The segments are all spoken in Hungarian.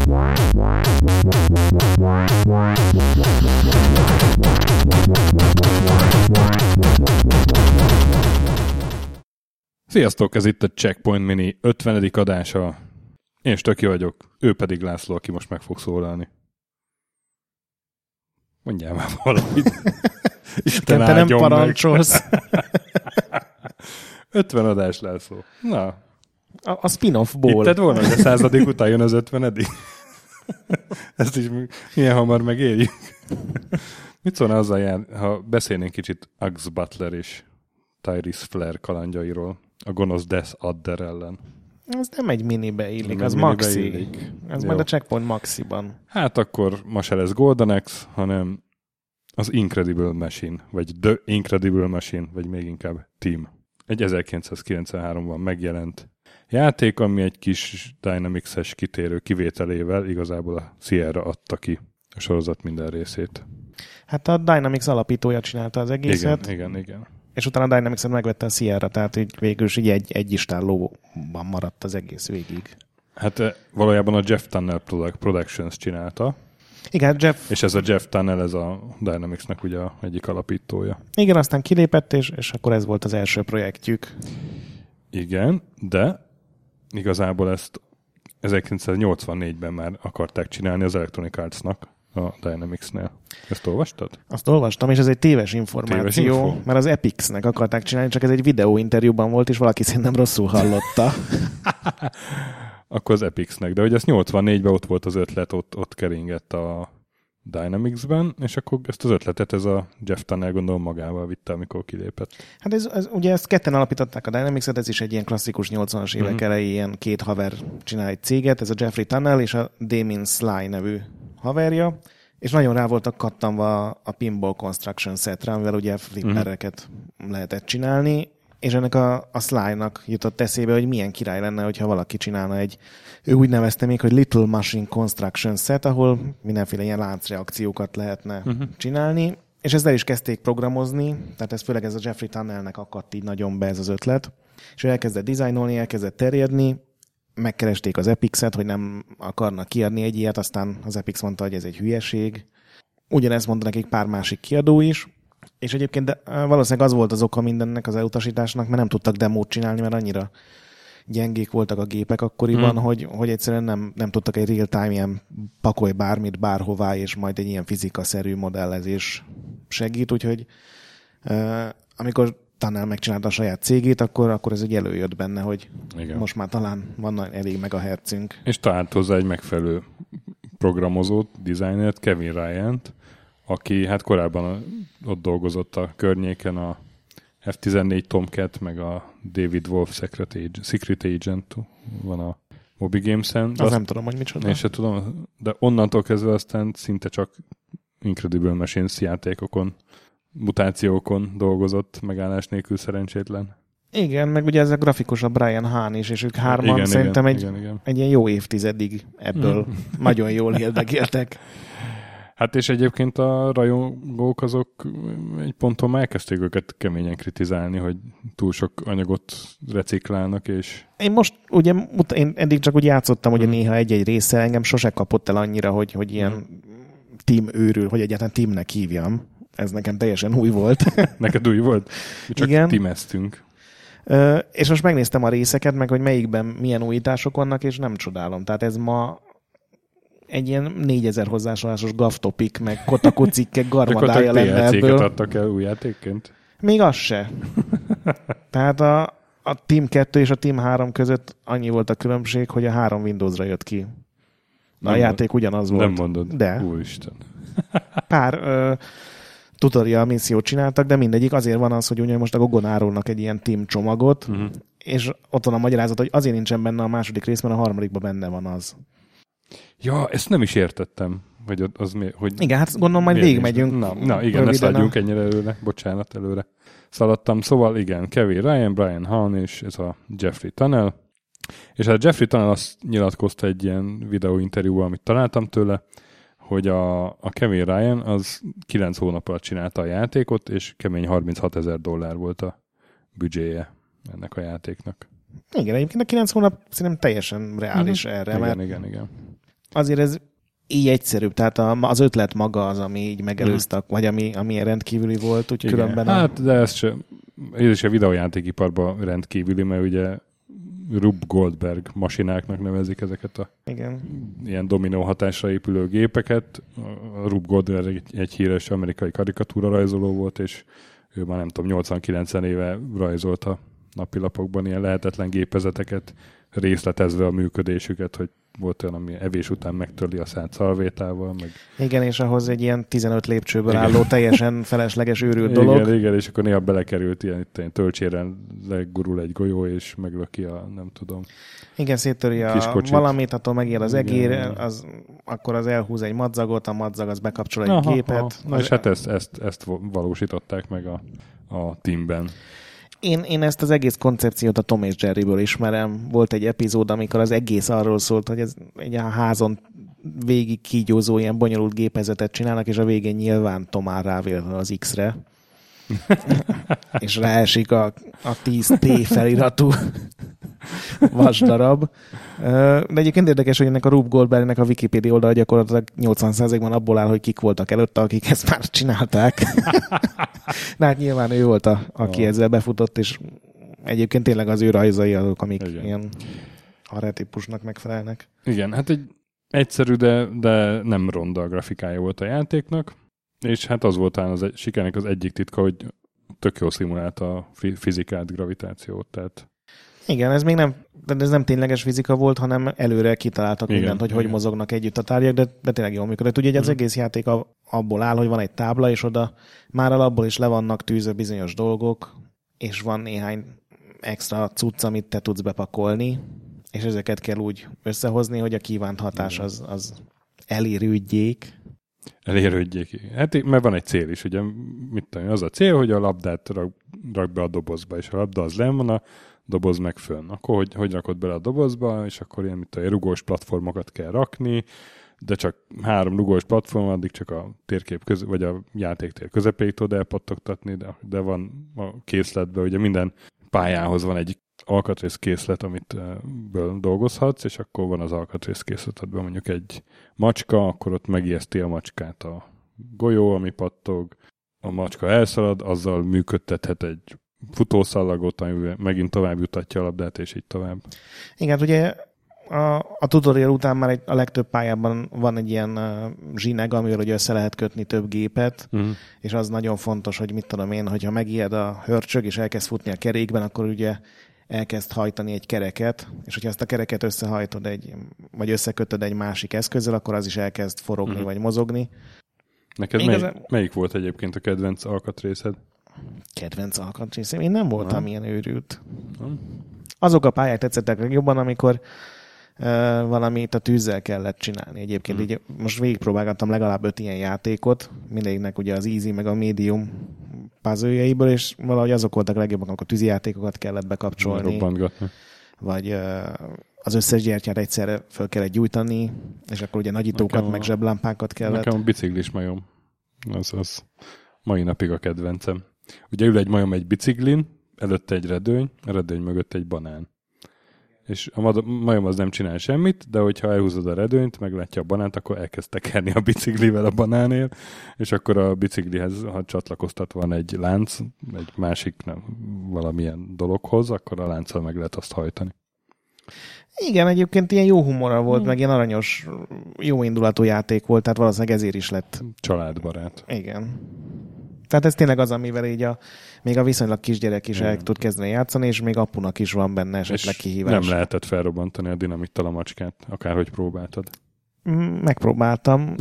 Sziasztok, ez itt a Checkpoint Mini 50. adása. Én Stöki vagyok, ő pedig László, aki most meg fog szólalni. Mondjál már valamit. Isten te nem parancsolsz. 50 adás, László. Na. A spin-offból. Hitted volna, hogy a 100. után jön az 50. Ezt is milyen hamar megéljük. Mit szólna azzal, ha beszélnénk kicsit Axe Butler és Tyrese Flair kalandjairól a gonosz Death Adder ellen? Ez nem egy minibe illik, az maxi. Ez majd a Checkpoint Maxiban. Hát akkor ma se lesz Golden Axe, hanem az Incredible Machine, vagy The Incredible Machine, vagy még inkább Team. Egy 1993-ban megjelent játék, ami egy kis Dynamics-es kitérő kivételével igazából a Sierra adta ki a sorozat minden részét. Hát a Dynamics alapítója csinálta az egészet. Igen. És utána a Dynamics-et megvette a Sierra, tehát így végül is egy istállóban maradt az egész végig. Hát valójában a Jeff Tunnell Productions csinálta. Igen, Jeff... És ez a Jeff Tunnell, ez a Dynamics-nek ugye egyik alapítója. Igen, aztán kilépett, és akkor ez volt az első projektjük. Igen, de igazából ezt 1984-ben már akarták csinálni az Electronic Arts-nak a Dynamics-nél. Ezt olvastad? Azt olvastam, és ez egy téves információ, mert az Epix-nek akarták csinálni, csak ez egy videóinterjúban volt, és valaki szerintem rosszul hallotta. Akkor az Epix-nek, de hogy ez 84-ben ott volt az ötlet, ott keringett a Dynamics-ben, és akkor ezt az ötletet ez a Jeff Tunnell gondolom magával vitte, amikor kilépett. Hát ugye ezt ketten alapították a Dynamics-et, ez is egy ilyen klasszikus 80-as évek elejé ilyen két haver csinál egy céget, ez a Jeffrey Tunnell és a Damien Sly nevű haverja, és nagyon rá voltak kattanva a Pinball Construction setre, amivel ugye flippereket lehetett csinálni, és ennek a Sly-nak jutott eszébe, hogy milyen király lenne, hogyha valaki csinálna ő úgy nevezte még, hogy Little Machine Construction Set, ahol mindenféle ilyen láncreakciókat lehetne csinálni, és ezzel is kezdték programozni, tehát ez főleg ez a Jeffrey Tunnellnek akadt így nagyon be ez az ötlet, és ő elkezdett dizájnolni, elkezdett terjedni, megkeresték az Epix-et, hogy nem akarnak kiadni egy ilyet, aztán az Epix mondta, hogy ez egy hülyeség. Ugyanezt mondta nekik pár másik kiadó is, és egyébként valószínűleg az volt az oka mindennek az elutasításnak, mert nem tudtak demót csinálni, mert annyira gyengék voltak a gépek akkoriban, hogy egyszerűen nem tudtak egy real-time ilyen pakolj bármit bárhová, és majd egy ilyen fizikaszerű modellezés segít, úgyhogy amikor Tunnell megcsinálta a saját cégét, akkor ez egy előjött benne, hogy igen. Most már talán van elég megahertzünk. És talált hozzá egy megfelelő programozót, designert, Kevin Ryan-t, aki hát korábban ott dolgozott a környéken, a F-14 Tomcat, meg a David Wolf Secret Agent van a Moby Games-en. Azt nem tudom, hogy micsoda. Én sem tudom, de onnantól kezdve aztán szinte csak Incredible Machines játékokon, mutációkon dolgozott, megállás nélkül szerencsétlen. Igen, meg ugye ez a grafikus a Brian Hahn is, és ők hárman szerintem egy ilyen jó évtizedig ebből nagyon jól érdekéltek. Hát és egyébként a rajongók azok egy ponton már elkezdték őket keményen kritizálni, hogy túl sok anyagot reciklálnak, és... Én eddig csak úgy játszottam, hogy néha egy-egy része engem sose kapott el annyira, hogy ilyen team őrül, hogy egyáltalán teamnek hívjam. Ez nekem teljesen új volt. Neked új volt? Mi csak igen. teameztünk. És most megnéztem a részeket, meg hogy melyikben milyen újítások vannak, és nem csodálom. Tehát ez ma egy ilyen 4000 hozzásolásos GAF-topik, meg Kotaku cikkek garmadája lenne ebből. DLC-ket adtak el új játékként? Még az se. Tehát a Team 2 és a Team 3 között annyi volt a különbség, hogy a 3 Windowsra jött ki. A játék ugyanaz volt. Nem mondod. De. Úristen. Pár tutorial missziót csináltak, de mindegyik azért van az, hogy ugye most a Gogon árulnak egy ilyen Team csomagot, és ott van a magyarázat, hogy azért nincsen benne a második rész, mert a harmadikban benne van az. Ja, ezt nem is értettem. Hogy igen, hát gondolom majd végigmegyünk. Na igen, ne szaladjunk ennyire előre. Bocsánat, előre szaladtam. Szóval igen, Kevin Ryan, Brian Hahn és ez a Jeffrey Tunnell. És a Jeffrey Tunnell azt nyilatkozta egy ilyen videóinterjúban, amit találtam tőle, hogy a Kevin Ryan az 9 hónap alatt csinálta a játékot, és kemény $36,000 volt a büdzséje ennek a játéknak. Igen, egyébként a 9 hónap szerintem teljesen reális erre. Igen. azért ez így egyszerűbb, tehát az ötlet maga az, ami így megelőztek, vagy ami rendkívüli volt, úgy különben. Hát, de ez is a videójátékiparban rendkívüli, mert ugye Rube Goldberg masináknak nevezik ezeket a ilyen dominó hatásra épülő gépeket. A Rube Goldberg egy híres amerikai karikatúra rajzoló volt, és ő már nem tudom, 80-90 éve rajzolta napilapokban ilyen lehetetlen gépezeteket, részletezve a működésüket, hogy volt olyan, ami evés után megtörli a szát szalvétával. Meg... Igen, és ahhoz egy ilyen 15 lépcsőből álló, teljesen felesleges őrült dolog. Igen, és akkor néha belekerült ilyen tölcsére legurul egy golyó, és meglöki a, nem tudom. Igen, széttöri valamit, attól megijed az egér, akkor az elhúz egy madzagot, a madzag az bekapcsol egy gépet. És hát ezt valósították meg a teamben. Én ezt az egész koncepciót a Tom és Jerryből ismerem. Volt egy epizód, amikor az egész arról szólt, hogy ez egy házon végig kígyózó ilyen bonyolult gépezetet csinálnak, és a végén nyilván Tom áll rávélve az X-re. És ráesik a 10T feliratú vasdarab. De egyébként érdekes, hogy ennek a Rube Goldbergnek a Wikipedia oldal gyakorlatilag 80%-ban abból áll, hogy kik voltak előtte, akik ezt már csinálták. De hát nyilván ő volt, aki ezzel befutott, és egyébként tényleg az ő rajzai azok, amik ilyen archetípusnak megfelelnek. Igen, hát egy egyszerű, de nem ronda grafikája volt a játéknak, és hát az volt talán sikernek az egyik titka, hogy tök jól szimulálta a fizikát, gravitációt, tehát... Igen, ez még nem tényleges fizika volt, hanem előre kitaláltak mindent, hogy mozognak együtt a tárgyak, de tényleg jól működött. Ugye az egész játék abból áll, hogy van egy tábla, és oda már alapból is le vannak tűzve bizonyos dolgok, és van néhány extra cucc, amit te tudsz bepakolni, és ezeket kell úgy összehozni, hogy a kívánt hatás az elérődjék. Hát mert van egy cél is, ugye mit tudom, az a cél, hogy a labdát rak be a dobozba, és a labda az lenn van, a doboz meg fönn. Akkor hogy rakod bele a dobozba, és akkor ilyen, mit tudom, rugós platformokat kell rakni, de csak 3 rugós platform, addig csak a térkép vagy a játéktér közepéig tud elpattogtatni, de van a készletben, ugye minden pályához van egy alkatrész készlet, amit dolgozhatsz, és akkor van az alkatrész készletedben mondjuk egy macska, akkor ott megijeszti a macskát a golyó, ami pattog, a macska elszalad, azzal működtethet egy futószallagot, amivel megint tovább jutatja a labdát, és így tovább. Igen, ugye a tutorial után már a legtöbb pályában van egy ilyen zsineg, amivel ugye össze lehet kötni több gépet, és az nagyon fontos, hogy mit tudom én, hogyha megijed a hörcsög, és elkezd futni a kerékben, akkor ugye elkezd hajtani egy kereket, és hogyha ezt a kereket összehajtod vagy összekötöd egy másik eszközzel, akkor az is elkezd forogni, vagy mozogni. Neked melyik volt egyébként a kedvenc alkatrészed? Kedvenc alkatrészem? Én nem voltam ilyen őrült. Azok a pályák tetszettek legjobban, amikor valamit a tűzzel kellett csinálni. Egyébként így most végigpróbálgattam legalább 5 ilyen játékot, mindegyiknek ugye az easy meg a medium puzzle-jeiből, és valahogy azok voltak legjobbak, amikor tűzi játékokat kellett bekapcsolni. Robbantgatni. Vagy az összes gyertyát egyszerre föl kellett gyújtani, és akkor ugye nagyítókat, meg zseblámpákat kellett. Nekem a biciklis majom. Az mai napig a kedvencem. Ugye ül egy majom egy biciklin, előtte egy redőny, a redőny mögött egy banán. És a majom az nem csinál semmit, de hogyha elhúzod a redőnyt, meglátja a banánt, akkor elkezd tekerni a biciklivel a banánért, és akkor a biciklihez, ha csatlakoztatva van egy lánc, egy másik valamilyen dologhoz, akkor a lánccal meg lehet azt hajtani. Igen, egyébként ilyen jó humora volt, meg ilyen aranyos, jó indulatú játék volt, tehát valószínűleg ezért is lett. Családbarát. Igen. Tehát ez tényleg az, amivel így még a viszonylag kisgyerek is el tud kezdeni játszani, és még apunak is van benne esetleg kihívás. Nem lehetett felrobbantani a dinamittal a macskát, akárhogy próbáltad. Megpróbáltam.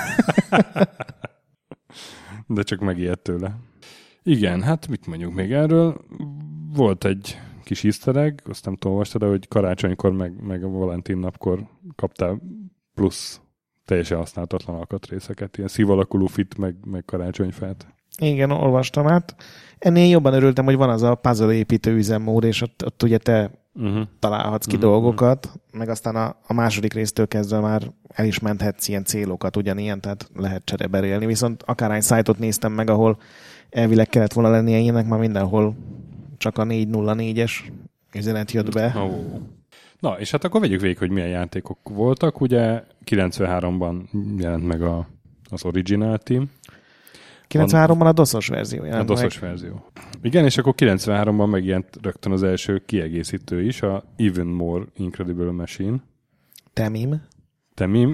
De csak megijedt tőle. Igen, hát mit mondjuk még erről? Volt egy kis easter egg, azt nem tudom, olvastad, de hogy karácsonykor meg a Valentin napkor kaptál plusz teljesen használhatatlan alkatrészeket, ilyen szívalakuló fit, meg karácsonyfát. Igen, olvastam át. Ennél jobban örültem, hogy van az a puzzle építő üzemmód, és ott ugye te találhatsz ki dolgokat, meg aztán a második résztől kezdve már el is menthetsz ilyen célokat ugyanilyen, tehát lehet csereberélni. Viszont akárhány szájtot néztem meg, ahol elvileg kellett volna lennie ilyenek, már mindenhol csak a 404-es üzenet jött be. Na, és hát akkor vegyük végig, hogy milyen játékok voltak. Ugye 93-ban jelent meg az Original Team. 93-ban a DOS-os verzió jelent a DOS-os verzió. Igen, és akkor 93-ban megjelent rögtön az első kiegészítő is, a Even More Incredible Machine. Temim.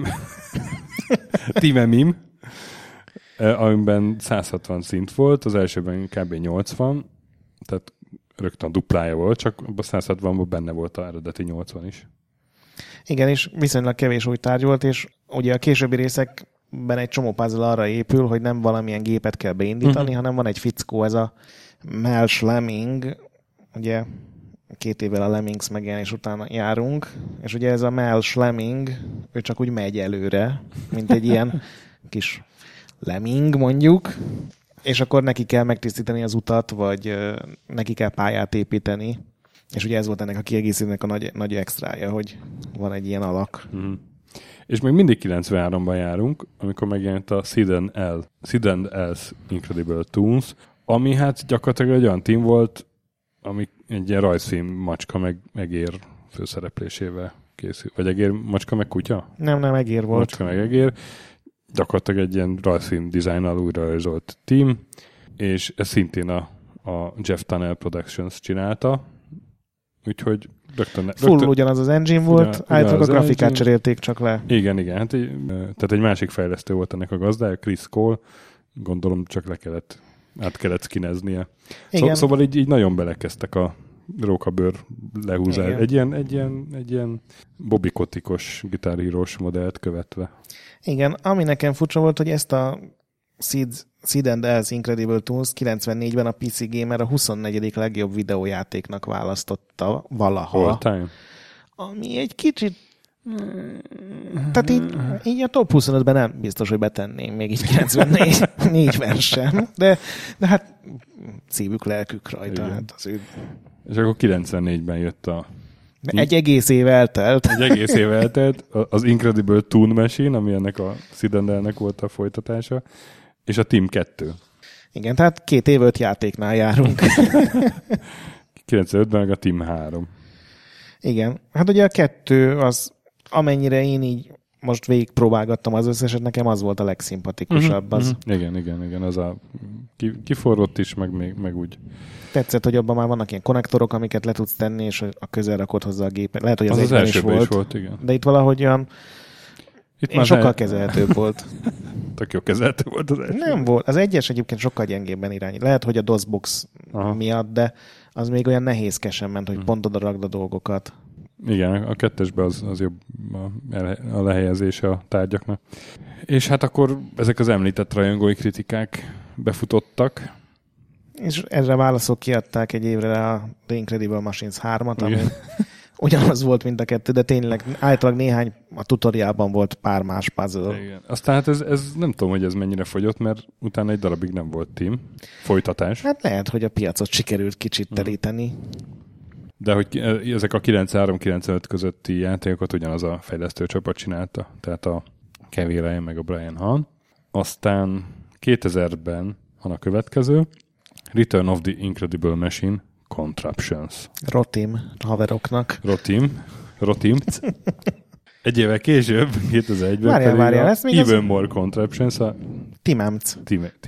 Amiben 160 szint volt, az elsőben kb. 80, tehát rögtön a duplája volt, csak a 160-ban benne volt a eredeti 80 is. Igen, és viszonylag kevés új tárgy volt, és ugye a későbbi részekben egy csomó puzzle arra épül, hogy nem valamilyen gépet kell beindítani, hanem van egy fickó, ez a Mel Schleming, ugye 2 évvel a Lemmings megjelenés után járunk, és ugye ez a Mel Schleming, ő csak úgy megy előre, mint egy ilyen kis lemming mondjuk, és akkor neki kell megtisztítani az utat, vagy neki kell pályát építeni, és ugye ez volt ennek a kiegészítőnek a nagy extrája, hogy van egy ilyen alak. Mm. És még mindig 93-ban járunk, amikor megjelent a Sid and L's Incredible Toons, ami hát gyakorlatilag egy olyan team volt, ami egy ilyen rajzfilm macska meg egér főszereplésével készült. Vagy egér, macska meg kutya? Nem, egér volt. Macska meg egér. Gyakorlatilag egy ilyen rajzfilm dizájnnal újra rajzolt team, és ez szintén a Jeff Tunnell Productions csinálta, úgyhogy rögtön ugyanaz az engine volt, általában a grafikát cserélték csak le. Igen, hát tehát egy másik fejlesztő volt ennek a gazdája, Chris Cole, gondolom csak át kellett skineznie. Szóval így nagyon belekezdtek a rókabőr lehúzás. Egy ilyen Bobby Kotickos gitárhírós modellt követve. Igen, ami nekem furcsa volt, hogy ezt a Sid and L's Incredible Toons 94-ben a PC Gamer a 24. legjobb videójátéknak választotta valaha. All time. Ami egy kicsit tehát így a top 25-ben nem biztos, hogy betenném még így 94-ben sem, de hát szívük, lelkük rajta. Hát az ő... És akkor 94-ben jött egy egész év eltelt. Az Incredible Toon Machine, ami ennek a Sid and L's-nek volt a folytatása, és a Team 2. Igen, tehát 2 év 5 játéknál járunk. 95-ben meg a Team 3. Igen, hát ugye a 2 az, amennyire én így most végigpróbálgattam az összeset, nekem az volt a legszimpatikusabb. Igen, az a kiforrott is, meg úgy. Tetszett, hogy abban már vannak ilyen konnektorok, amiket le tudsz tenni, és a közel rakod hozzá a gépet. Lehet, hogy az elsőben is volt, igen. De itt valahogy olyan sokkal kezelhetőbb volt. Tök jó kezelhető volt az első. Nem volt. Az egyes egyébként sokkal gyengébben irányít. Lehet, hogy a DOSBox miatt, de az még olyan nehézkesen ment, hogy pont oda rakd a dolgokat. Igen, a 2-esben az jobb a lehelyezése a tárgyaknak. És hát akkor ezek az említett rajongói kritikák befutottak. És erre válaszok kiadták egy évre a The Incredible Machines 3-at, ami ugyanaz volt, mint a 2, de tényleg általában néhány a tutoriálban volt pár más puzzle. Igen. Aztán hát ez nem tudom, hogy ez mennyire fogyott, mert utána egy darabig nem volt team. Folytatás. Hát lehet, hogy a piacot sikerült kicsit teríteni. De hogy ezek a 93-95 közötti játékokat ugyanaz a fejlesztő csapat csinálta. Tehát a Kevin Ryan meg a Brian Hahn. Aztán 2000-ben van a következő. Return of the Incredible Machine Contraptions. Rotim haveroknak. Rotim. Egy évvel később, 2001-ben várjál, pedig Even More Contraptions a Timemc.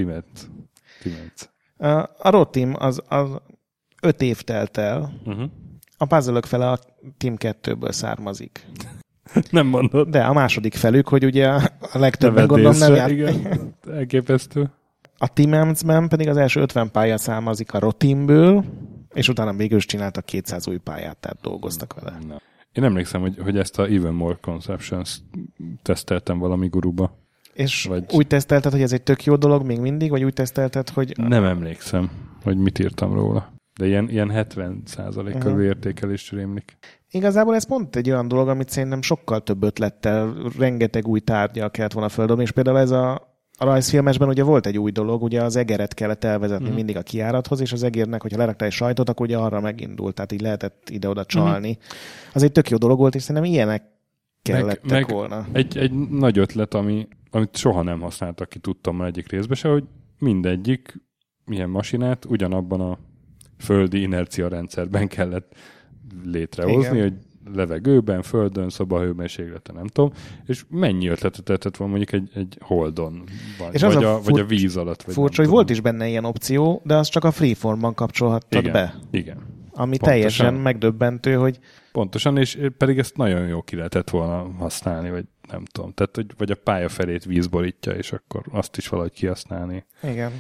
A Rotim az 5 év telt el. A puzzle-ök fele a Team 2-ből származik. Nem mondod. De a második felük, hogy ugye a legtöbben gondolom nem járt. Igen, elképesztő. A Timemc-ben pedig az első 50 pálya származik a Rotimből, és utána végül is csináltak 200 új pályát, tehát dolgoztak vele. Na. Én emlékszem, hogy ezt a Even More Conceptions teszteltem valami guruba. És úgy tesztelted, hogy ez egy tök jó dolog még mindig, vagy úgy tesztelted, hogy... Nem emlékszem, hogy mit írtam róla. De ilyen 70% körül értékelés rémlik. Igazából ez pont egy olyan dolog, amit szerintem sokkal több ötlettel, rengeteg új tárgyal kellett volna földobni, és például ez a rajzfilmesben ugye volt egy új dolog, ugye az egeret kellett elvezetni mindig a kijárathoz, és az egérnek, hogyha leraktál egy sajtot, akkor ugye arra megindult, tehát így lehetett ide-oda csalni. Az egy tök jó dolog volt, és szerintem ilyenek kellettek volna. Egy nagy ötlet, amit soha nem használtak ki, tudtam már egyik részben se, hogy mindegyik milyen masinát ugyanabban a földi inercia rendszerben kellett létrehozni, hogy levegőben, földön, szobahőmérsékleten, nem tudom, és mennyi ötletet tehetett volna mondjuk egy Holdon, vagy a víz alatt. Vagy furcsa, hogy volt is benne ilyen opció, de azt csak a Freeformban kapcsolhattad be. Igen. Ami pontosan, teljesen megdöbbentő, hogy... Pontosan, és pedig ezt nagyon jó ki lehetett volna használni, vagy nem tudom. Tehát, vagy a pálya felét víz borítja, és akkor azt is valahogy kihasználni. Igen.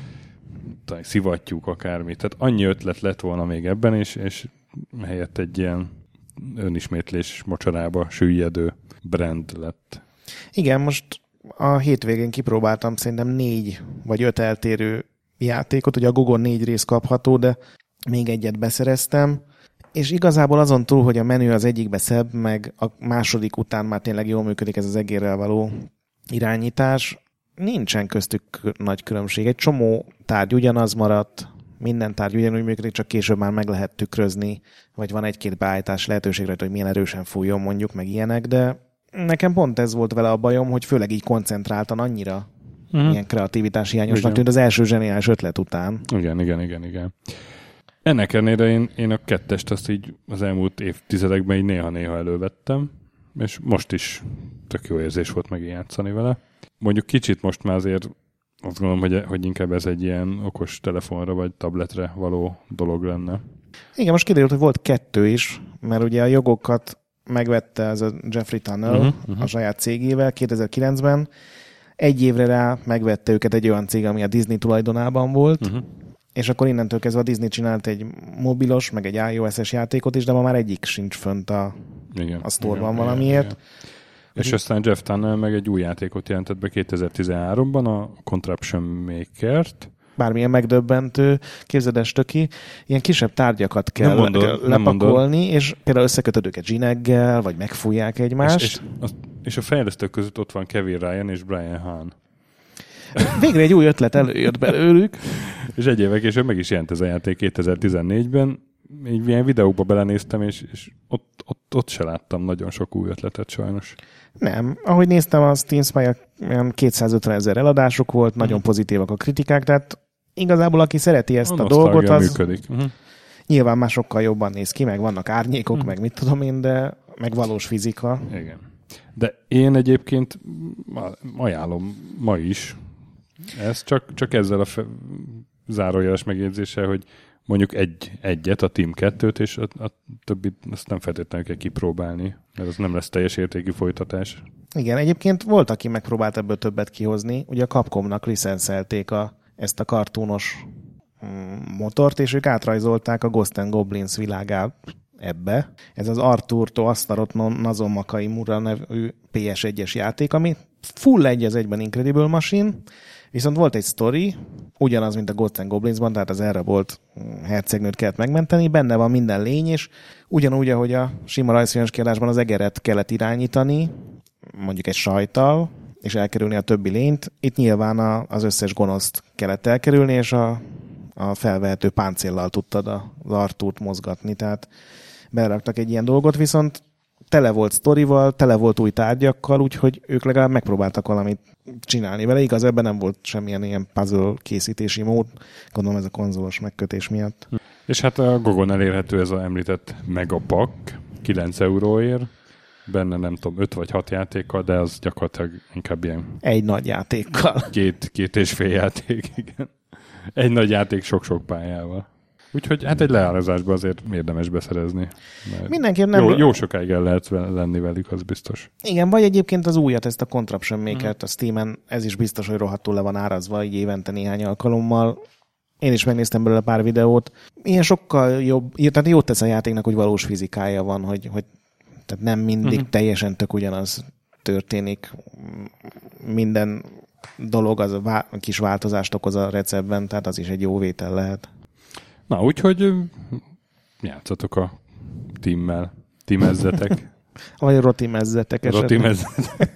Szivattyúk akármi. Tehát annyi ötlet lett volna még ebben, és helyett egy ilyen önismétlés mocsarába süllyedő brand lett. Igen, most a hétvégén kipróbáltam szerintem 4 vagy 5 eltérő játékot. Ugye a Gogon 4 rész kapható, de még egyet beszereztem. És igazából azon túl, hogy a menü az egyikbe szebb, meg a második után már tényleg jól működik ez az egérrel való irányítás, nincsen köztük nagy különbség. Egy csomó tárgy ugyanaz maradt, minden tárgy ugyanúgy működik, csak később már meg lehet tükrözni, vagy van egy-két beállítás lehetőségre, hogy milyen erősen fújjon mondjuk, meg ilyenek, de nekem pont ez volt vele a bajom, hogy főleg így koncentráltan annyira ilyen kreativitás hiányosnak tűnt az első zseniális ötlet után. Igen. Ennek ellenére én a 2-est azt így az elmúlt évtizedekben így néha-néha elővettem, és most is tök jó érzés volt megjátszani vele. Mondjuk kicsit most már azért azt gondolom, hogy inkább ez egy ilyen okos telefonra vagy tabletre való dolog lenne. Igen, most kiderült, hogy volt 2 is, mert ugye a jogokat megvette ez a Jeffrey Tunnell a saját cégével 2009-ben. Egy évre rá megvette őket egy olyan cég, ami a Disney tulajdonában volt, és akkor innentől kezdve a Disney csinált egy mobilos, meg egy iOS-es játékot is, de ma már egyik sincs fönt a sztorban valamiért. Igen. És aztán Jeff Tunnell meg egy új játékot jelentett be 2013-ban, a Contraption Maker-t. Bármilyen megdöbbentő, képzeld el, Stöki, ilyen kisebb tárgyakat kell lepakolni, és például összekötöd őket zsineggel, vagy megfújják egymást. És a fejlesztők között ott van Kevin Ryan és Brian Hahn. Végre egy új ötlet előjött belőlük. És egy évvel később meg is jelent ez a játék 2014-ben. Így ilyen videóba belenéztem, és ott se láttam nagyon sok új ötletet sajnos. Nem. Ahogy néztem, a Steam Spy olyan 250 000 eladásuk volt, nagyon pozitívak a kritikák, tehát igazából aki szereti ezt a dolgot, az működik. Nyilván már sokkal jobban néz ki, meg vannak árnyékok, meg mit tudom én, de meg valós fizika. Igen. De én egyébként ajánlom ma is ezt, csak ezzel a zárójeles megjegyzéssel, hogy mondjuk egyet, a Team 2-t, és a többit azt nem feltétlenül kell kipróbálni, mert az nem lesz teljes értékű folytatás. Igen, egyébként volt, aki megpróbált ebből többet kihozni. Ugye a Capcomnak licenszelték ezt a kartúnos motort, és ők átrajzolták a Ghost and Goblins világát ebbe. Ez az Arthur-tól Astaroth Nazomakai Mura nevű PS1-es játék, ami full egy az egyben Incredible Machine, viszont volt egy sztori, ugyanaz, mint a Ghost and Goblinsban, tehát az erre volt hercegnőt kellett megmenteni, benne van minden lény, és ugyanúgy, ahogy a sima rajzfilmes kiadásban az egeret kellett irányítani, mondjuk egy sajttal, és elkerülni a többi lényt, itt nyilván az összes gonoszt kellett elkerülni, és a felvehető páncéllal tudtad az Arthurt mozgatni, tehát beleraktak egy ilyen dolgot, viszont tele volt sztorival, tele volt új tárgyakkal, úgyhogy ők legalább megpróbáltak valamit csinálni vele. Igaz, ebben nem volt semmilyen ilyen puzzle készítési mód, gondolom ez a konzolos megkötés miatt. És hát a Gogon elérhető ez az említett Megapack, 9 euróért, benne nem tudom, 5 vagy 6 játékkal, de az gyakorlatilag inkább ilyen... Egy nagy játékkal. Két és fél játék, igen. Egy nagy játék sok-sok pályával. Úgyhogy hát egy leárazásban azért érdemes beszerezni. Mindenképp nem... Jó sokáig el lehet lenni velük, az biztos. Igen, vagy egyébként az újat, ezt a Contraption Maker-t a Steamen, ez is biztos, hogy rohadtul le van árazva, így évente néhány alkalommal. Én is megnéztem belőle pár videót. Ilyen sokkal jobb, tehát jót tesz a játéknak, hogy valós fizikája van, hogy tehát nem mindig teljesen tök ugyanaz történik. Minden dolog az kis változást okoz a receptben, tehát az is egy jó vétel lehet. Na, úgyhogy játszatok a Teammel. Teamezzetek. Vagy rotimezzetek esetleg. Rotimezzetek.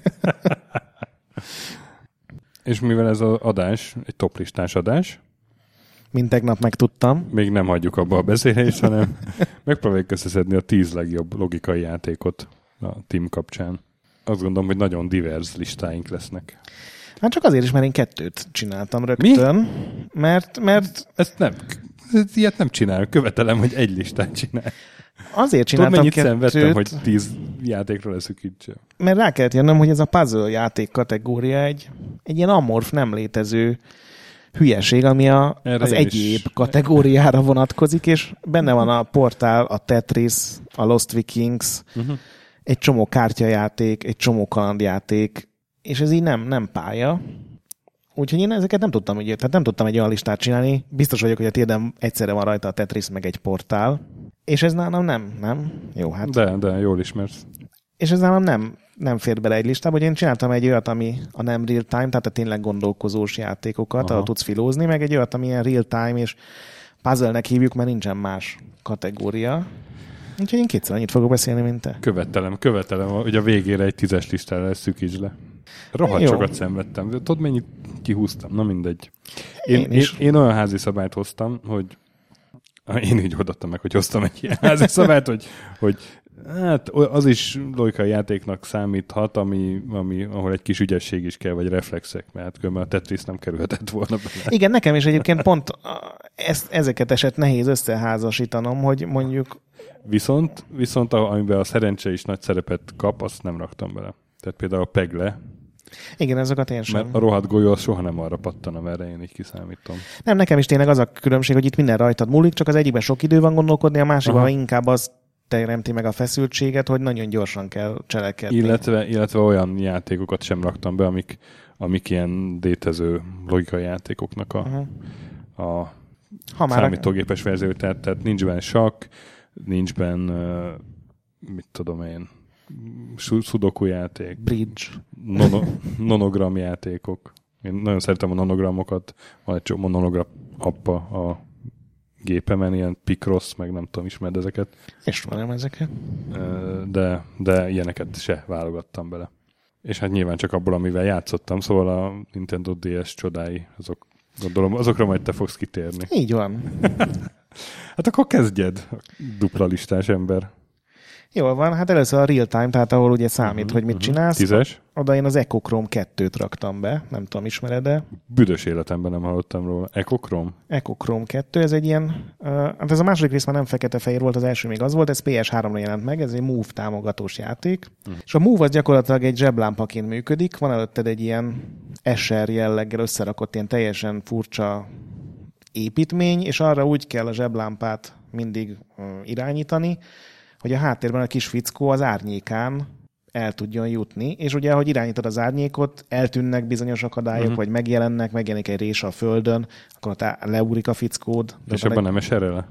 És mivel ez az adás, egy toplistás adás, mint tegnap megtudtam. Még nem hagyjuk abba a beszélést, hanem megpróbáljuk összeszedni a 10 legjobb logikai játékot a Team kapcsán. Azt gondolom, hogy nagyon divers listáink lesznek. Hát csak azért is, mert én 2 csináltam rögtön. Mi? Mert... Ezt nem... ilyet nem csinálok. Követelem, hogy egy listát csinálj. Azért Tudod, csináltam mennyit kettőt, szenvedtem, hogy 10 játékra leszűkítsem. mert rá kellett jönnöm, hogy ez a puzzle játék kategória egy ilyen amorf, nem létező hülyeség, ami az egyéb kategóriára vonatkozik, és benne van a Portál, a Tetris, a Lost Vikings, egy csomó kártyajáték, egy csomó kalandjáték, és ez így nem pálya. Úgyhogy én ezeket nem tudtam, tehát nem tudtam egy olyan listát csinálni. Biztos vagyok, hogy a tiédem egyszerre van rajta a Tetris, meg egy Portál. És ez nálam nem. Jó, hát. De jól ismersz. És ez nálam nem fér bele egy listába, hogy én csináltam egy olyat, ami a nem real time, tehát a tényleg gondolkozós játékokat, ahol tudsz filózni, meg egy olyat, ami ilyen real time, és puzzle-nek hívjuk, mert nincsen más kategória. Úgyhogy én kétszer annyit fogok beszélni, mint te. Követelem, hogy a végére egy 10-es listára szűkítsd le. Rohadt sokat szenvedtem. Tudod, mennyit kihúztam? Na mindegy. Én olyan házi szabályt hoztam, hogy én így odaadtam meg, hogy hoztam egy ilyen házi szabályt, hogy hát az is logikai játéknak számíthat, ahol egy kis ügyesség is kell, vagy reflexek, mert különben a Tetris nem kerülhetett volna bele. Igen, nekem is egyébként pont ezeket esett nehéz összeházasítanom, hogy mondjuk... Viszont amiben a szerencse is nagy szerepet kap, azt nem raktam bele. Tehát például a Pegle. Igen, azokat én sem. Mert a rohadt golyó az soha nem arra pattan, amerre én így kiszámítom. Nem, nekem is tényleg az a különbség, hogy itt minden rajtad múlik, csak az egyikben sok idő van gondolkodni, a másikban inkább az teremti meg a feszültséget, hogy nagyon gyorsan kell cselekedni. Illetve olyan játékokat sem raktam be, amik ilyen létező logikai játékoknak a számítógépes verzió. Tehát nincs benne sakk, nincs benne, mit tudom én, sudoku játék. Bridge. Nonogram játékok. Én nagyon szeretem a nonogramokat. Van egy csomó nonogram appa a gépemen, ilyen Picross, meg nem tudom, ismered ezeket. Ismerem ezeket. De ilyeneket se válogattam bele. És hát nyilván csak abból, amivel játszottam, szóval a Nintendo DS csodái, gondolom, azokra majd te fogsz kitérni. Így van. Hát akkor kezdjed, dupla listás ember. Jól van, hát először a real time, tehát ahol ugye számít, hogy mit csinálsz. 10-es. Oda én az Echochrome 2-t raktam be, nem tudom, ismered-e? Büdös életemben nem hallottam róla. Echochrome? Echochrome 2, ez egy ilyen, hát ez a második rész már nem fekete-fehér volt, az első még az volt, ez PS3-ra jelent meg, ez egy Move támogatós játék. És a Move az gyakorlatilag egy zseblámpaként működik, van előtted egy ilyen SR jelleggel összerakott ilyen teljesen furcsa építmény, és arra úgy kell a zseblámpát mindig irányítani, hogy a háttérben a kis fickó az árnyékán el tudjon jutni, és ugye, ahogy irányítod az árnyékot, eltűnnek bizonyos akadályok, vagy megjelenik egy rés a földön, akkor ott leugrik a fickód. És abban nem esel le?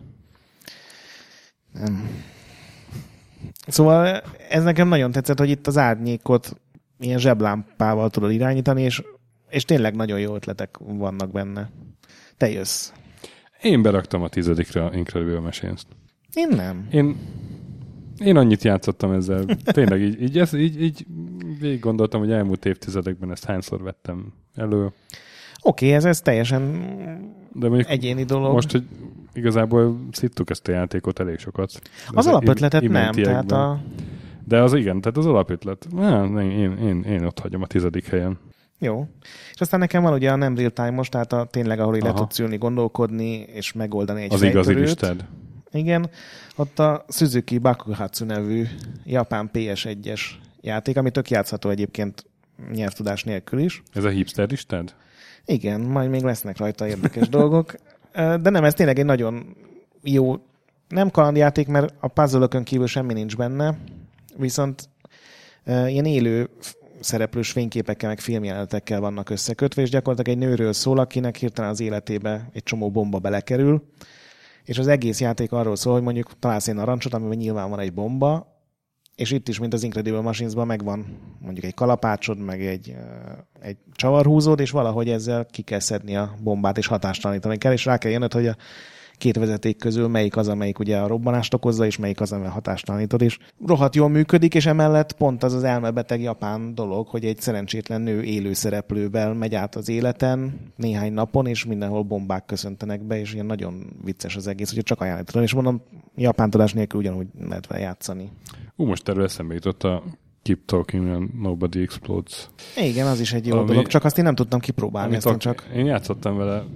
Nem. Szóval ez nekem nagyon tetszett, hogy itt az árnyékot ilyen zseblámpával tudod irányítani, és tényleg nagyon jó ötletek vannak benne. Te jössz. Én beraktam a 10-re Incredible Machines-t. Én nem. Én annyit játszottam ezzel. Tényleg így végig gondoltam, hogy elmúlt évtizedekben ezt hányszor vettem elő. Oké, ez teljesen egyéni dolog. Most, hogy igazából szittuk ezt a játékot elég sokat. Az alapötletet nem. Tehát De az igen, tehát az alapötlet. Én ott hagyom a 10. helyen. Jó. És aztán nekem van ugye a nem real time-os, tehát tényleg, ahol le tudsz ülni, gondolkodni, és megoldani egy az fejtörőt. igazi listád. Igen. Ott a Suzuki Bakuhatsu nevű japán PS1-es játék, ami tök játszható egyébként nyelvtudás nélkül is. Ez a hipster listád? Igen, majd még lesznek rajta érdekes dolgok. De nem, ez tényleg egy nagyon jó, nem kalandjáték, mert a puzzle-ökön kívül semmi nincs benne, viszont ilyen élő szereplős fényképekkel, meg filmjelenetekkel vannak összekötve, és gyakorlatilag egy nőről szól, akinek hirtelen az életébe egy csomó bomba belekerül, és az egész játék arról szól, hogy mondjuk találsz egy narancsot, amiben nyilván van egy bomba, és itt is, mint az Incredible Machines-ban megvan mondjuk egy kalapácsod, meg egy csavarhúzód, és valahogy ezzel ki kell szedni a bombát, és hatástalanítani kell, és rá kell jönnöd, hogy a két vezeték közül melyik az, amelyik ugye a robbanást okozza, és melyik az, amivel hatástalanítod, és rohadt jól működik, és emellett pont az elmebeteg japán dolog, hogy egy szerencsétlen nő élő szereplővel megy át az életen néhány napon, és mindenhol bombák köszöntenek be, és ilyen nagyon vicces az egész, úgyhogy csak ajánlani tudom, és mondom, japán tudás nélkül ugyanúgy lehet vele játszani. Most erről eszembe jutott a Keep Talking and Nobody Explodes. Igen, az is egy jó dolog, csak azt én nem tudtam kipróbálni. Én játszottam vele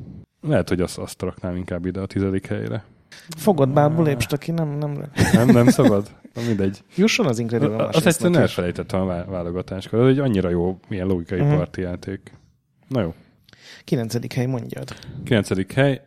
Lehet, hogy azt raknám inkább ide a 10. helyre. Fogadbából lépst, aki nem... Nem szabad? Mindegy. Jusson az Incredible Machines. Azt egyszerűen elfelejtettem a válogatáskor. Ez egy annyira jó, milyen logikai parti játék. Na jó. 9. hely, mondjad. 9. hely.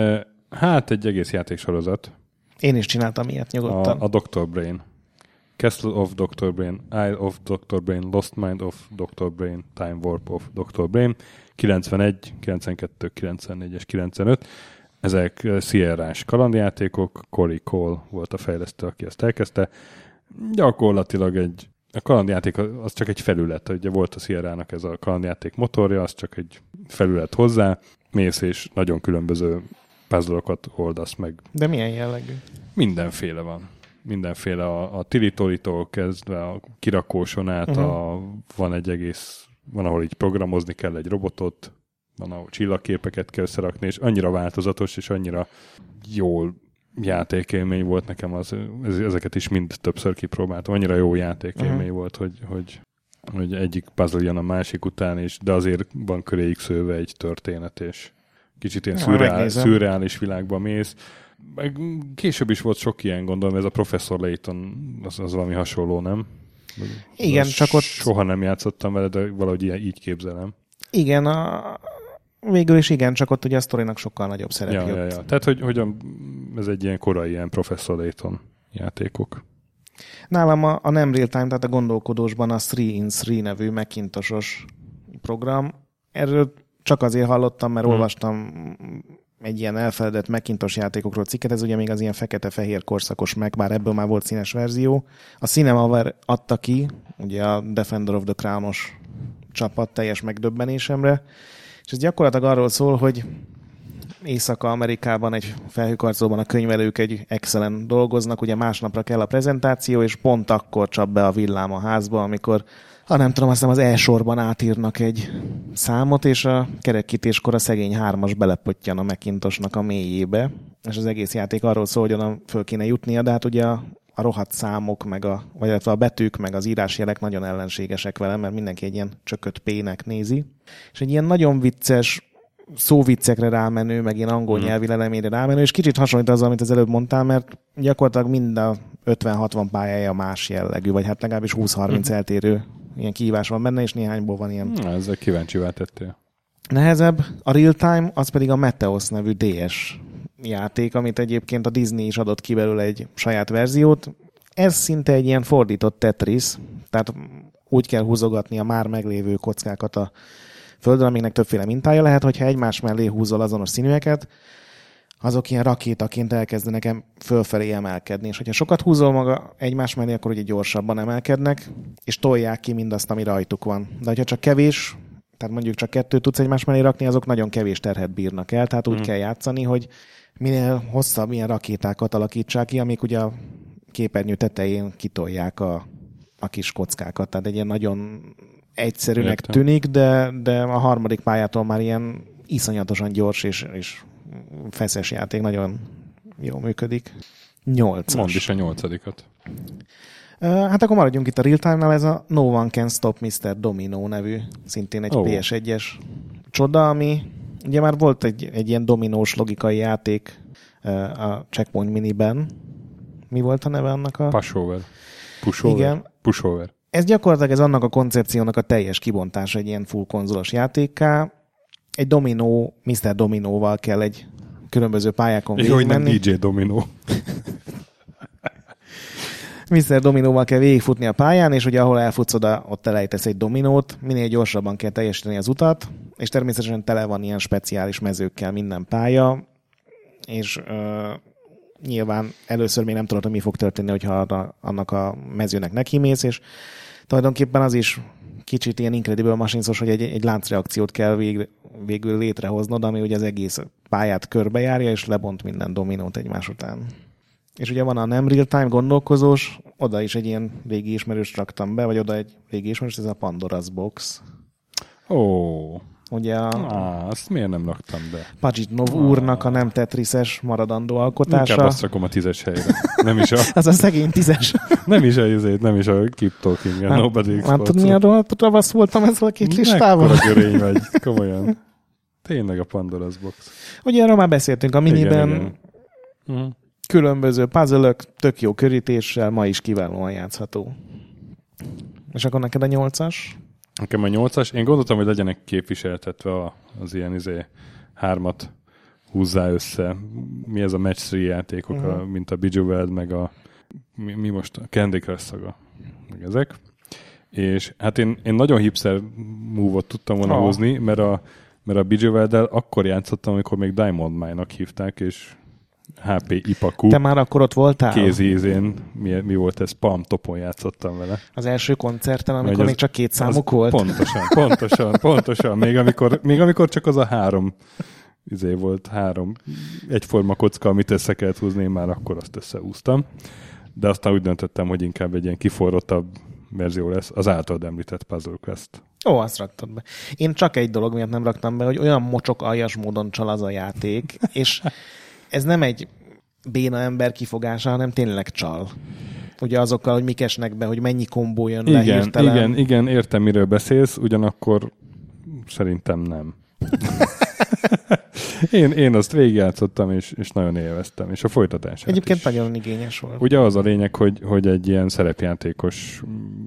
Hát egy egész játéksorozat. Én is csináltam ilyet nyugodtan. A Dr. Brain. Castle of Dr. Brain, Isle of Dr. Brain, Lost Mind of Dr. Brain, Time Warp of Dr. Brain, 91, 92, 94 és 95. Ezek Sierra-s kalandjátékok, Cory Cole volt a fejlesztő, aki ezt elkezdte. Gyakorlatilag a kalandjáték az csak egy felület. Ugye volt a Sierra-nak ez a kalandjáték motorja, az csak egy felület hozzá. Mész és nagyon különböző puzzle-okat oldasz meg. De milyen jellegű? Mindenféle van. Mindenféle a tilitolitól kezdve a kirakóson át, van egy egész, van ahol így programozni kell egy robotot, van ahol csillagképeket kell összerakni, és annyira változatos, és annyira jól játékélmény volt nekem, ezeket is mind többször kipróbáltam, annyira jó játékélmény volt, hogy egyik puzzle jön a másik után, de azért van köréig szőve egy történet, és kicsit ilyen szürreális világba mész. Később is volt sok ilyen, gondolom, ez a Professor Layton, az valami hasonló, nem? Igen, csak ott... Soha nem játszottam vele, de valahogy így képzelem. Igen, végül is igen, csak ott ugye a sztorinak sokkal nagyobb szerep jött. Ja. Tehát, hogy ez egy ilyen korai ilyen Professor Layton játékok. Nálam a nem real-time, tehát a gondolkodósban a 3in3 nevű Macintosos program. Erről csak azért hallottam, mert olvastam egy ilyen elfeledett Macintosh játékokról cikket, ez ugye még az ilyen fekete-fehér korszakos Mac, bár ebből már volt színes verzió. A Cinemaware adta ki, ugye a Defender of the Crown-os csapat teljes megdöbbenésemre, és ez gyakorlatilag arról szól, hogy Észak-Amerikában egy felhőkarcolóban a könyvelők egy Excel-en dolgoznak, ugye másnapra kell a prezentáció, és pont akkor csap be a villám a házba, amikor nem tudom, azt hiszem az E-sorban átírnak egy számot, és a kerekítéskor a szegény 3-as belepottyan a Macintosnak a mélyébe, és az egész játék arról szól, hogy onnan föl kéne jutnia, de hát ugye a rohadt számok, vagy a betűk, meg az írásjelek nagyon ellenségesek vele, mert mindenki egy ilyen csökött P-nek nézi. És egy ilyen nagyon vicces, szóviccekre rámenő, meg ilyen angol nyelvi leleményre rámenő, és kicsit hasonlít azzal, amit az előbb mondtál, mert gyakorlatilag mind a 50-60 pályája más jellegű, vagy hát legalábbis 20-30 eltérő ilyen kihívás van benne, és néhányból van ilyen... Ezzel kíváncsivá tettél. Nehezebb. A Real Time, az pedig a Meteos nevű DS játék, amit egyébként a Disney is adott ki belőle egy saját verziót. Ez szinte egy ilyen fordított Tetris, tehát úgy kell húzogatni a már meglévő kockákat a földön, amiknek többféle mintája lehet, hogyha egymás mellé húzol azonos színűeket, azok ilyen rakétaként elkezdenek fölfelé emelkedni, és hogyha sokat húzol maga egymás mellé, akkor ugye gyorsabban emelkednek, és tolják ki mindazt, ami rajtuk van. De hogyha csak kevés, tehát mondjuk csak 2 tudsz egymás mellé rakni, azok nagyon kevés terhet bírnak el, tehát úgy kell játszani, hogy minél hosszabb ilyen rakétákat alakítsák ki, amik ugye a képernyő tetején kitolják a kis kockákat. Tehát egy ilyen nagyon egyszerűnek tűnik, de a harmadik pályától már ilyen iszonyatosan gyors és feszes játék, nagyon jól működik. 8-as. Mondd is a 8-at. Hát akkor maradjunk itt a Real Time-nál, ez a No One Can Stop Mr. Domino nevű, szintén egy PS1-es csoda, ami ugye már volt egy ilyen dominós logikai játék a Checkpoint Miniben. Mi volt a neve annak a... Pushover. Igen. Pushover. Ez gyakorlatilag ez annak a koncepciónak a teljes kibontása egy ilyen full konzolos játékká. Egy dominó, Mr. Dominóval kell egy különböző pályákon végigmenni. Jó, hogy nem DJ Dominó. Mr. Dominóval kell végigfutni a pályán, és ugye ahol elfutsz oda, ott elejtesz egy dominót, minél gyorsabban kell teljesíteni az utat, és természetesen tele van ilyen speciális mezőkkel minden pálya, és nyilván először még nem tudod, hogy mi fog történni, hogyha annak a mezőnek nekimész, és tulajdonképpen az is kicsit ilyen Incredible Machines-os, hogy egy láncreakciót kell végül létrehoznod, ami ugye az egész pályát körbejárja, és lebont minden dominót egymás után. És ugye van a nem real-time gondolkozós, oda is egy ilyen régi ismerőst raktam be, vagy oda egy régi ismerőst, ez a Pandora's Box. Ugye azt miért nem raktam be? Pajitnov úrnak a nem tetrises maradandó alkotása. Inkább azt rakom a 10-es helyre. Nem is az a szegény 10-es. nem is a Keep Talking, a Nobody Exports. Nem tudod, milyen ravasz voltam ezzel a két listával? Mekkora görény vagy, komolyan. Tényleg a Pandora's Box. Ugye erről már beszéltünk a miniben. Igen. Különböző puzzle-ök, tök jó körítéssel, ma is kiválóan játszható. És akkor neked a 8-as? Nekem a 8-as. Én gondoltam, hogy legyenek képviseltetve az ilyen 3-at húzzá össze. Mi ez a Match 3 játékok, mint a Bejeweled, meg mi most a Candy Crush Saga, meg ezek. És hát én nagyon hipster move-ot tudtam volna hozni, mert a Bejeweled-del akkor játszottam, amikor még Diamond Mine-nak hívták, és HP Ipaku. Te már akkor ott voltál? Kézízén, mi volt ez? Palm Topon játszottam vele. Az első koncerten, amikor még csak 2 számuk volt? Pontosan. Még amikor csak az a 3 volt, 3 egyforma kocka, amit össze kellett húzni, én már akkor azt összehúztam. De aztán úgy döntöttem, hogy inkább egy ilyen kiforrottabb verzió lesz, az általad említett Puzzle Quest. Ó, azt raktad be. Én csak egy dolog miatt nem raktam be, hogy olyan mocsok aljas módon csal az a játék, és ez nem egy béna ember kifogása, hanem tényleg csal. Ugye azokkal, hogy mik esnek be, hogy mennyi kombó jön le hirtelen. Igen, értem, miről beszélsz, ugyanakkor szerintem nem. Én azt végigjátszottam, és nagyon élveztem, és a folytatását egyébként is. Nagyon igényes volt. Ugye az a lényeg, hogy egy ilyen szerepjátékos,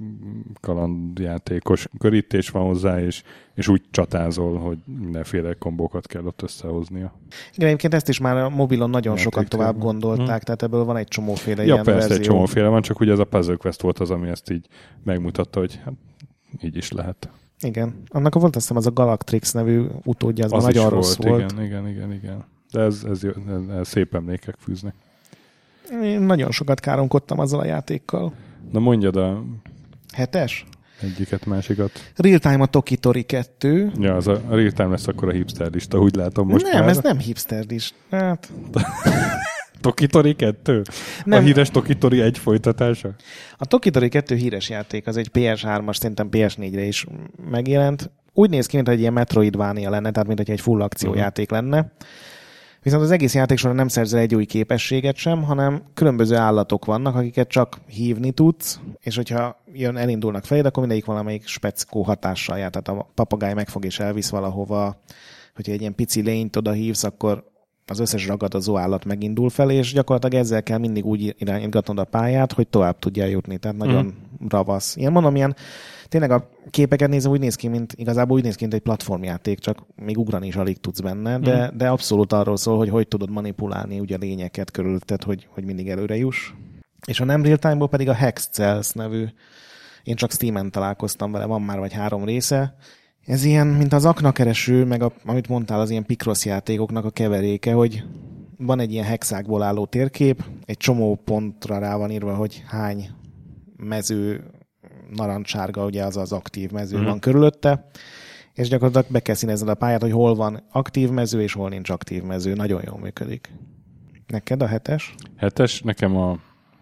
kalandjátékos körítés van hozzá, és úgy csatázol, hogy mindenféle kombókat kell ott összehoznia. Igen, egyébként ezt is már a mobilon nagyon sokat tovább gondolták, tehát ebből van egy csomóféle ilyen persze, verzió. egy csomóféle van, csak ugye ez a Puzzle Quest volt az, ami ezt így megmutatta, hogy hát, így is lehet. Igen. Annak volt azt hiszem az a Galactrix nevű utódja, az nagyon rossz volt. Igen. De ez szép emlékek fűznek. Én nagyon sokat káromkodtam azzal a játékkal. Na mondjad a 7-es? Egyiket, másikat. Real Time a Tokitori 2. Ja, az a Real Time lesz akkor a hipster lista, úgy látom most Nem, már. ez nem hipster lista. Hát... Tokitori 2? Nem. A híres Tokitori 1 folytatása? A Tokitori 2 híres játék, az egy PS3-as, szerintem PS4-re is megjelent. Úgy néz ki, mintha egy ilyen Metroidvania lenne, tehát mintha egy full akciójáték lenne. Viszont az egész játék során nem szerzel egy új képességet sem, hanem különböző állatok vannak, akiket csak hívni tudsz, és hogyha elindulnak feléd, akkor mindegyik valamelyik speckó hatással jár. Tehát a papagáj megfog és elvisz valahova, hogyha egy ilyen pici lényt oda hívsz, akkor az összes ragadozó állat megindul fel, és gyakorlatilag ezzel kell mindig úgy irányítgatnod a pályát, hogy tovább tudjál jutni. Tehát nagyon ravasz. Ilyen mondom, ilyen tényleg a képeket nézve igazából úgy néz ki, mint egy platformjáték, csak még ugrani is alig tudsz benne, de abszolút arról szól, hogy tudod manipulálni ugye a lényeket körülötted, hogy mindig előre juss. És a nem real time-ból pedig a Hex Cells nevű, én csak Steam-en találkoztam vele, van már vagy 3 része. Ez ilyen, mint az aknakereső, meg amit mondtál, az ilyen Picross játékoknak a keveréke, hogy van egy ilyen hexákból álló térkép, egy csomó pontra rá van írva, hogy hány mező narancssárga, ugye az aktív mező van körülötte, és gyakorlatilag be kell színezned a pályát, hogy hol van aktív mező, és hol nincs aktív mező. Nagyon jól működik. Neked a 7-es? 7-es, nekem a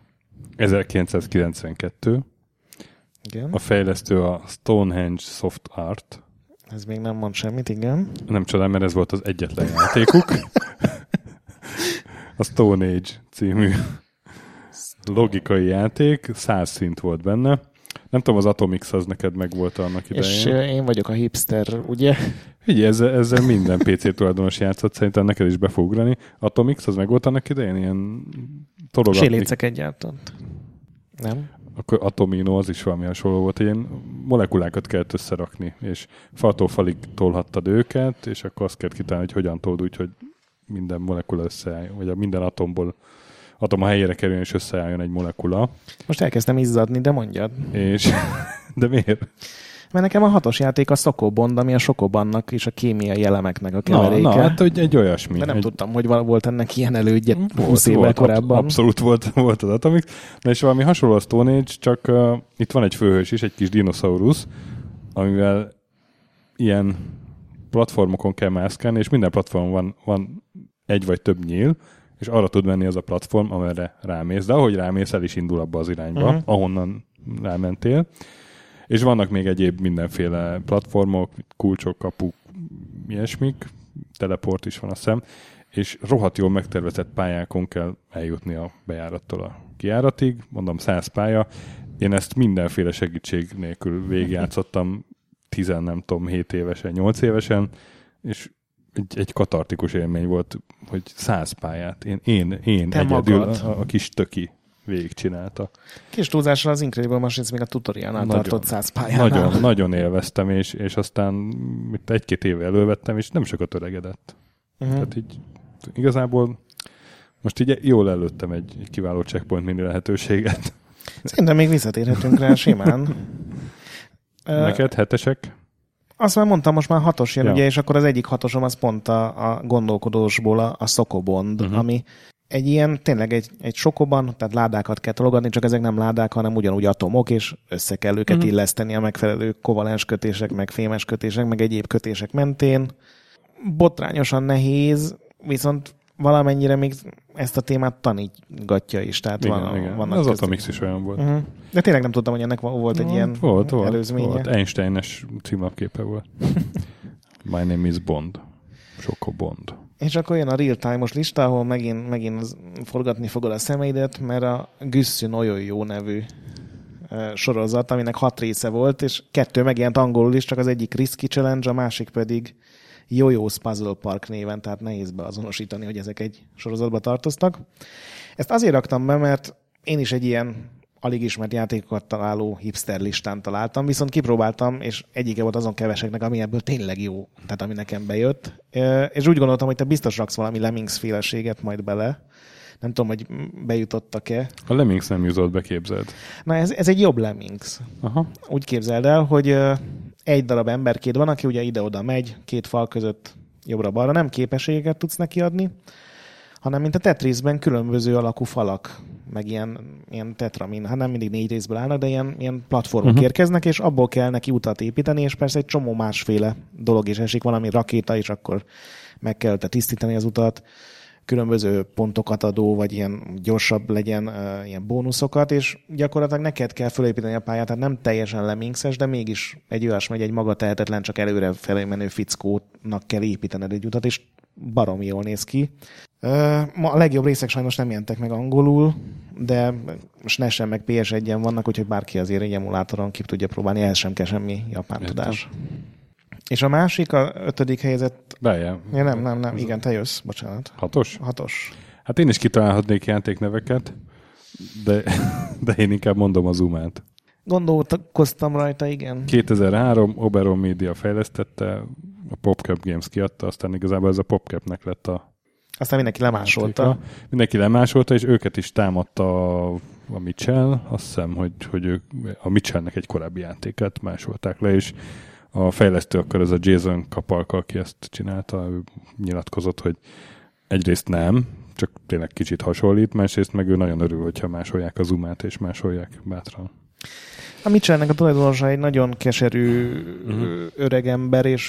1992. Igen. A fejlesztő a Stonehenge Soft Art. Ez még nem mond semmit, igen. Nem csodál, mert ez volt az egyetlen játékuk. A Stone Age című logikai játék, 100 szint volt benne. Nem tudom, az Atomix az neked meg volt annak idején. És én vagyok a hipster, ugye? Figyelj, ezzel minden PC tulajdonos játszott, szerintem neked is be fog ugrani. Atomix az meg volt annak idején, ilyen tologatni. Séléceket gyártott. Nem? Akkor Atomino az is valami hasonló volt, ilyen molekulákat kellett összerakni, és faltól falig tolhattad őket, és akkor azt kellett kitalálni, hogy hogyan told úgy, hogy minden molekula összeálljon, vagy a minden atom a helyére kerüljön, és összeálljon egy molekula. Most elkezdtem izzadni, de mondjad. De miért? Mert nekem a 6-os játék a Szokobond, ami a Sokobannak és a kémiai elemeknek a keveréke. Na, hát egy olyasmi. De nem tudtam, hogy volt ennek ilyen elődje 20 évvel korábban. Abszolút volt az Atomic. Na és valami hasonló a Stone Age, csak itt van egy főhős is, egy kis dinoszaurusz, amivel ilyen platformokon kell mászkálni, és minden platformon van egy vagy több nyíl, és arra tud menni az a platform, amerre rámész. De ahogy rámész, el is indul abba az irányba, ahonnan rámentél. És vannak még egyéb mindenféle platformok, kulcsok, kapuk, ilyesmik, teleport is van, azt hiszem, és rohadt jól megtervezett pályákon kell eljutni a bejárattól a kijáratig, mondom 100 pálya. Én ezt mindenféle segítség nélkül végigjátszottam 7 évesen, 8 évesen, és egy katartikus élmény volt, hogy 100 pályát. Én egyedül a kis töki végigcsinálta. Kis túlzással az Incredible Machines még a tutorialnál tartott 100 pályánál. Nagyon élveztem, és aztán itt 1-2 éve elővettem, és nem sokat öregedett. Tehát így igazából most így jól előttem egy kiváló checkpoint mini lehetőséget. Szerintem még visszatérhetünk rá simán. Neked 7-esek? Azt már mondtam, most már 6-os jön, ugye, és akkor az egyik 6-osom az pont a gondolkodósból a Sokobond, ami egy ilyen, tényleg egy sokoban, tehát ládákat kell tologatni, csak ezek nem ládák, hanem ugyanúgy atomok, és össze kell őket illeszteni a megfelelő kovalens kötések, meg fémes kötések, meg egyéb kötések mentén. Botrányosan nehéz, viszont valamennyire még ezt a témát tanítgatja is. Tehát igen. Az Atomix is olyan volt. De tényleg nem tudtam, hogy ennek volt egy ilyen előzménye. Volt. Einstein-es címlapképe volt. My name is Bond. Soko Bond. És akkor jön a real-time-os lista, ahol megint forgatni fogod a szemeidet, mert a Güssü nagyon jó nevű sorozat, aminek 6 része volt, és 2 megjelent angolul is, csak az egyik Risky Challenge, a másik pedig Yo-Yo's Puzzle Park néven, tehát nehéz beazonosítani, hogy ezek egy sorozatba tartoztak. Ezt azért raktam be, mert én is egy ilyen alig ismert játékokat találó hipster listán találtam, viszont kipróbáltam, és egyike volt azon keveseknek, ami ebből tényleg jó, tehát ami nekem bejött. És úgy gondoltam, hogy te biztos raksz valami Lemmings-féleséget majd bele. Nem tudom, hogy bejutottak-e. A Lemmings nem jutott be, képzeld. Na ez egy jobb Lemmings. Aha. Úgy képzeld el, hogy egy darab emberkéd van, aki ugye ide-oda megy, 2 fal között jobbra-balra, nem képességeket tudsz neki adni, hanem mint a Tetrisben különböző alakú falak, meg ilyen tetramin, hát nem mindig 4 részből állnak, de ilyen platformok érkeznek, és abból kell neki utat építeni, és persze egy csomó másféle dolog is esik, valami rakéta is, akkor meg kell tisztítani az utat, különböző pontokat adó, vagy ilyen gyorsabb legyen ilyen bónuszokat, és gyakorlatilag neked kell fölépíteni a pályát, tehát nem teljesen Lemmingses, de mégis egy olyasmi, egy maga tehetetlen, csak előre felé menő fickónak kell építened egy utat, és baromi jól néz ki. Ma a legjobb részek sajnos nem jelentek meg angolul, de SNES-en meg PS1-en vannak, úgyhogy bárki azért egy emulátoron ki tudja próbálni, ehhez sem kell semmi japán tudás. És a másik, a 5. helyezett... Beljel. Ja, nem. Igen, te jössz, bocsánat. 6-os? 6-os. Hát én is kitalálhatnék játékneveket, de én inkább mondom a Zumát. Gondolkoztam rajta, igen. 2003 Oberon Media fejlesztette, a PopCap Games kiadta, aztán igazából ez a PopCapnek lett a... Aztán mindenki lemásolta. Mindenki lemásolta, és őket is támadta a Mitchell. Azt hiszem, hogy ők a Mitchellnek egy korábbi játékát másolták le, és a fejlesztő akkor ez a Jason Kapalka, aki ezt csinálta, ő nyilatkozott, hogy egyrészt nem, csak tényleg kicsit hasonlít, másrészt meg ő nagyon örül, hogyha másolják a Zumát, és másolják bátran. A Mitchellnek a tulajdonosa egy nagyon keserű öreg ember, és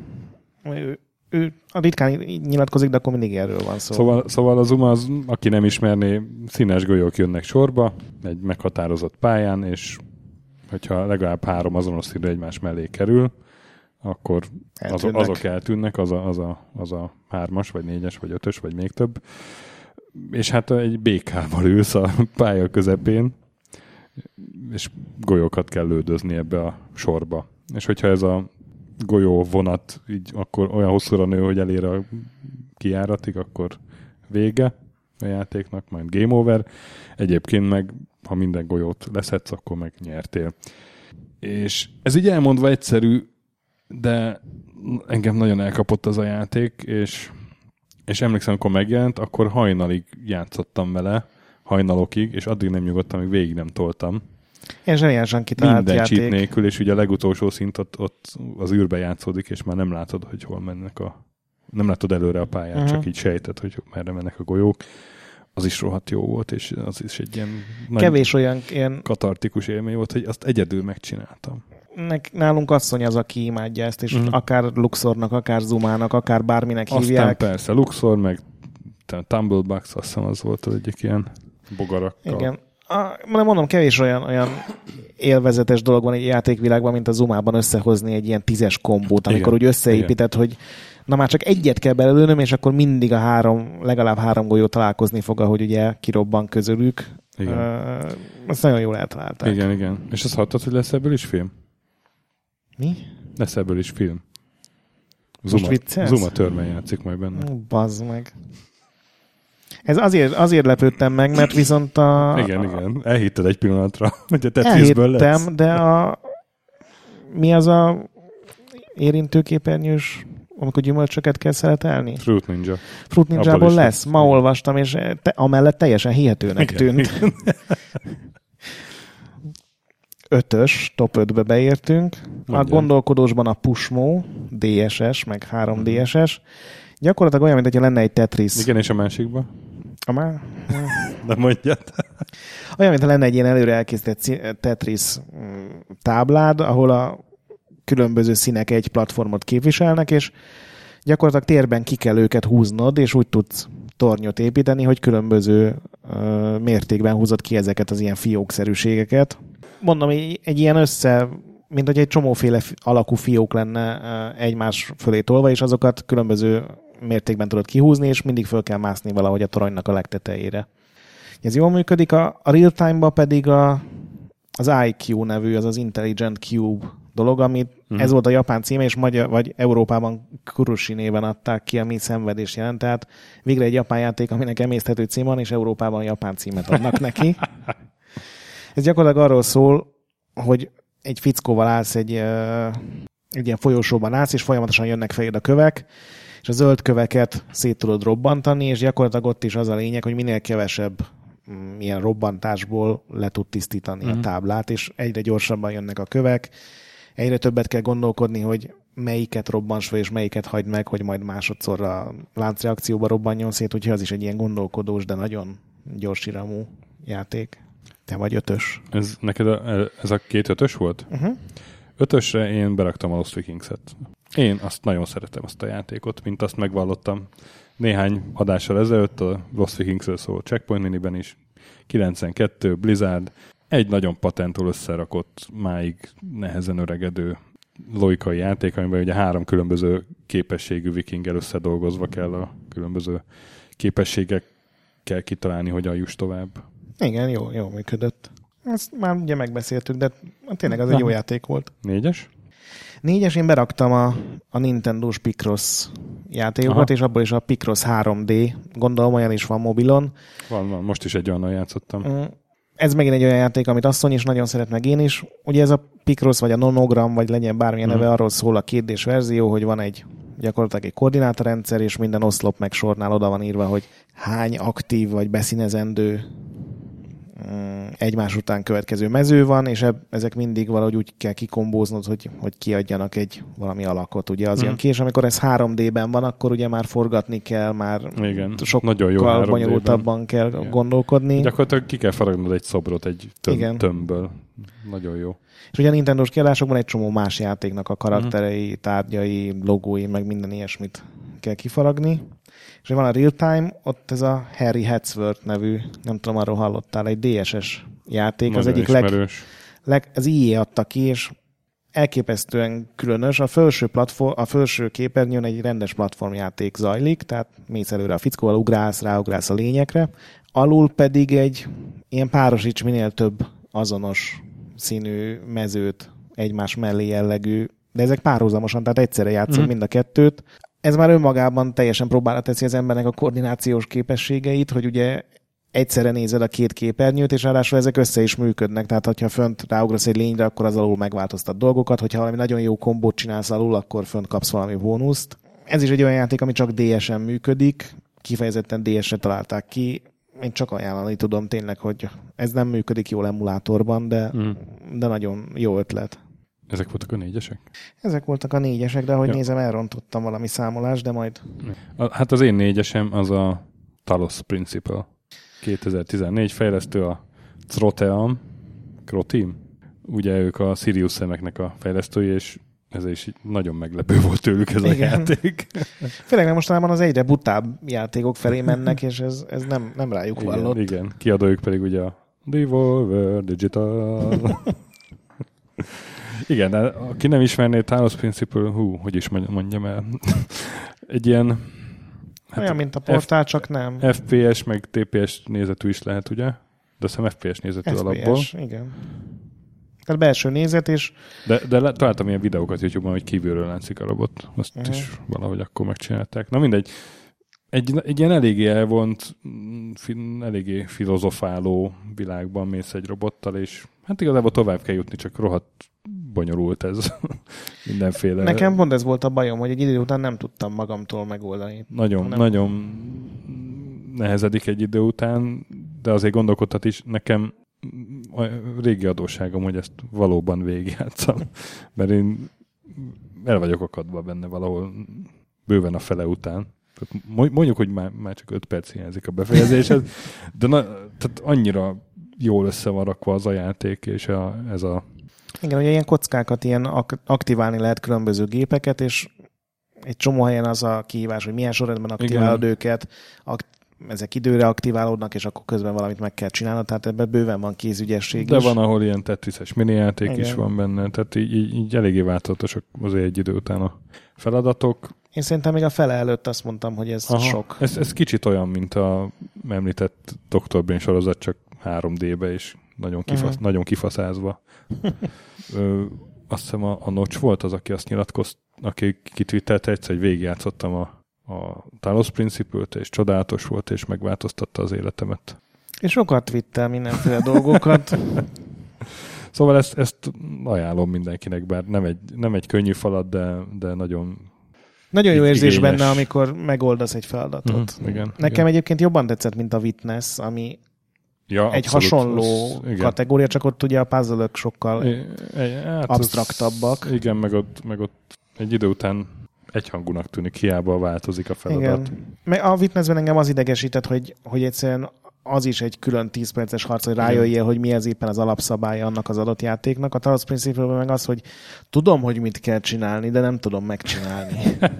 ő a ritkán nyilatkozik, de akkor mindig erről van szó. Szóval a Zuma, az, aki nem ismerné, színes golyók jönnek sorba, egy meghatározott pályán, és hogyha legalább 3 azonos színre egymás mellé kerül, akkor azok eltűnnek, az a 3-as, vagy 4-es, vagy 5-ös, vagy még több. És hát egy békával ülsz a pálya közepén, és golyókat kell lődözni ebbe a sorba. És hogyha ez a golyó vonat így akkor olyan hosszúra nő, hogy elér a kijáratig, akkor vége a játéknak, majd game over. Egyébként meg, ha minden golyót leszedsz, akkor meg nyertél. És ez így elmondva egyszerű, de engem nagyon elkapott az a játék, és emlékszem, amikor megjelent, akkor hajnalig játszottam vele, hajnalokig, és addig nem nyugodtam, amíg végig nem toltam. Én zseniálisan kitalált minden játék. cheat nélkül, és ugye a legutolsó szint ott az űrbe játszódik, és már nem látod, hogy hol mennek nem látod előre a pályát, csak így sejted, hogy merre mennek a golyók. Az is rohadt jó volt, és az is egy ilyen kevés olyan ilyen katartikus élmény volt, hogy azt egyedül megcsináltam. Nálunk asszony az, aki imádja ezt, és akár Luxornak, akár Zumának, akár bárminek hívják. Aztán persze Luxor, meg Tumblebugs, azt hiszem az volt az egyik ilyen bogarakkal. Igen. Mondom, kevés olyan élvezetes dolog van egy játékvilágban, mint a Zumában összehozni egy ilyen 10-es kombót, amikor úgy összeépített, hogy na már csak egyet kell belőlnöm, és akkor mindig legalább 3 golyó találkozni fog, ahogy ugye kirobban közülük. Ezt nagyon jól eltalálták. Igen. És azt hallottad, hogy lesz ebből is film? Mi? Lesz ebből is film. Zuma Törmen játszik majd benne. Bazd meg. Ez azért lepődtem meg, mert viszont Igen. Elhitted egy pillanatra, hogy a Tetrisből lesz. Elhittem, de mi az a érintőképernyős, amikor gyümölcsöket kell szeletelni? Fruit Ninja. Fruit Ninjából lesz. Ma olvastam, és amellett teljesen hihetőnek tűnt. Igen. 5-ös, top 5-be beértünk. A gondolkodósban a Pushmo, DSS, meg 3DSS. Gyakorlatilag olyan, mintha lenne egy Tetris. Igen, és a másikban? De mondjad. Olyan, mintha lenne egy ilyen előre elkészített Tetris táblád, ahol a különböző színek egy platformot képviselnek, és gyakorlatilag térben ki kell őket húznod, és úgy tudsz tornyot építeni, hogy különböző mértékben húzod ki ezeket az ilyen fiókszerűségeket. Mondom, egy ilyen mint hogy egy csomóféle alakú fiók lenne egymás fölé tolva, és azokat különböző mértékben tudod kihúzni, és mindig föl kell mászni valahogy a toronynak a legtetejére. Ez jól működik, a real-time-ban pedig az IQ nevű, az Intelligent Cube dolog, amit ez volt a japán címe, és vagy Európában Kurushi néven adták ki, ami szenvedés jelent. Tehát végre egy japán játék, aminek emészthető cím van, és Európában japán címet adnak neki. Ez gyakorlatilag arról szól, hogy egy fickóval állsz egy ilyen folyosóban állsz, és folyamatosan jönnek feléd a kövek, és a zöld köveket szét tudod robbantani, és gyakorlatilag ott is az a lényeg, hogy minél kevesebb ilyen robbantásból le tud tisztítani a táblát, és egyre gyorsabban jönnek a kövek, egyre többet kell gondolkodni, hogy melyiket robbans fel, és melyiket hagyd meg, hogy majd másodszorra láncreakcióba robbanjon szét, úgyhogy az is egy ilyen gondolkodós, de nagyon gyors iramú játék. Te vagy 5-ös. Ez neked ez a 2 5-ös volt? 5-ösre én beraktam a Lost Vikings-et. Én azt nagyon szeretem, azt a játékot, mint azt megvallottam néhány adással ezelőtt, a Lost Vikings-ről szóló Checkpoint Miniben is. 92, Blizzard, egy nagyon patentul összerakott, máig nehezen öregedő logikai játék, amiben ugye 3 különböző képességű vikinggel összedolgozva kell a különböző képességekkel kitalálni, hogyan juss tovább. Igen, jó működött. Ezt már ugye megbeszéltük, de tényleg az egy jó játék volt. 4-es? 4-es én beraktam a Nintendo-s Picross játékokat, és abból is a Picross 3D, gondolom olyan is van mobilon. Van, most is egy olyannal játszottam. Ez megint egy olyan játék, amit asszony is nagyon szeret, meg én is. Ugye ez a Picross, vagy a Nonogram, vagy legyen bármilyen neve, arról szól a 2D-s verzió, hogy van gyakorlatilag egy koordinátorrendszer, és minden oszlop meg sornál oda van írva, hogy hány aktív, vagy beszínezendő egymás után következő mező van, és ezek mindig valahogy úgy kell kikombóznod, hogy kiadjanak valami alakot. Ugye az jön ki, és amikor ez 3D-ben van, akkor ugye már forgatni kell, már sokkal bonyolultabban kell gondolkodni. Gyakorlatilag ki kell faragnod egy szobrot egy tömbből. Nagyon jó. És ugye a Nintendo-s kiadásokban egy csomó más játéknak a karakterei, tárgyai, logói, meg minden ilyesmit kell kifaragni. És van a Real Time, ott ez a Harry Hatsworth nevű, nem tudom, arról hallottál, egy DSS játék. Nagyon az egyik az EA adta ki, és elképesztően különös. A felső képernyőn egy rendes platformjáték zajlik, tehát mész előre a fickóval, ráugrálsz a lényekre. Alul pedig egy ilyen párosíts minél több azonos színű mezőt egymás mellé jellegű, de ezek párhuzamosan, tehát egyszerre játszom mind a kettőt. Ez már önmagában teljesen próbára teszi az embernek a koordinációs képességeit, hogy ugye egyszerre nézed a 2 képernyőt, és ráadásul ezek össze is működnek. Tehát, hogyha fönt ráugrasz egy lényre, akkor az alul megváltoztat dolgokat. Hogyha valami nagyon jó kombót csinálsz alul, akkor fönt kapsz valami bónuszt. Ez is egy olyan játék, ami csak DS-en működik. Kifejezetten DS-re találták ki. Én csak ajánlani tudom tényleg, hogy ez nem működik jól emulátorban, de nagyon jó ötlet. Ezek voltak a 4-esek? Ezek voltak a 4-esek, de ahogy nézem, elrontottam valami számolást, de majd... Hát az én 4-esem az a Talos Principle. 2014 fejlesztő a Croteam. Ugye ők a Sirius szemeknek a fejlesztői, és ez is nagyon meglepő volt tőlük ez a játék. Főleg, mert mostanában az egyre butább játékok felé mennek, és ez nem rájuk vallott. Igen, kiadójuk pedig ugye a Devolver Digital... Igen, de aki nem ismerné Talos Principle, hogy is mondjam el. Egy ilyen... Olyan, mint a Portál, csak nem. FPS, meg TPS nézetű is lehet, ugye? De azt hiszem FPS nézetű alapból. igen. Tehát belső nézet is. De találtam ilyen videókat YouTube-on, hogy kívülről látszik a robot. Azt is valahogy akkor megcsinálták. Na mindegy. Egy ilyen eléggé elvont, eléggé filozofáló világban mész egy robottal, és hát igazából tovább kell jutni, csak rohadt bonyolult ez mindenféle. Nekem pont ez volt a bajom, hogy egy idő után nem tudtam magamtól megoldani. Nagyon nehezedik egy idő után, de azért gondolkodtat is. Nekem a régi adósságom, hogy ezt valóban végigjátszam, mert én el vagyok akadva benne valahol bőven a fele után. Mondjuk, hogy már csak 5 perc hiányzik a befejezéshez, de tehát annyira jól össze van rakva az a játék, és ez a... Igen, ugye ilyen kockákat ilyen aktiválni lehet különböző gépeket, és egy csomó helyen az a kihívás, hogy milyen sorrendben aktiválod őket, ezek időre aktiválódnak, és akkor közben valamit meg kell csinálnod, tehát ebben bőven van kézügyesség de is. Van, ahol ilyen Tetris-es minijáték is van benne, tehát így eléggé változatosak azért egy idő után a feladatok. Én szerintem még a fele előtt azt mondtam, hogy ez sok. Ez kicsit olyan, mint a említett Dr. Brain sorozat, csak 3D-be, és nagyon kifaszázva. Azt hiszem a Notch volt az, aki azt aki kitwittelte egyszer, hogy végigjátszottam a Talos Principle-t, és csodálatos volt, és megváltoztatta az életemet. És sokat twittel mindenféle dolgokat. Szóval ezt ajánlom mindenkinek, bár nem egy könnyű falat, de nagyon... Nagyon jó érzés benne, amikor megoldasz egy feladatot. Igen, Nekem egyébként jobban tetszett, mint a Witness, ami egy hasonló kategória, csak ott ugye a puzzle-ök sokkal absztraktabbak. Igen, meg ott egy idő után egyhangúnak tűnik, hiába változik a feladat. Igen. A Witnessben engem az idegesített, hogy egyszerűen az is egy külön 10 perces harc, hogy rájöjjél, hogy mi az éppen az alapszabálya annak az adott játéknak. A Talos Principle-ben meg az, hogy tudom, hogy mit kell csinálni, de nem tudom megcsinálni.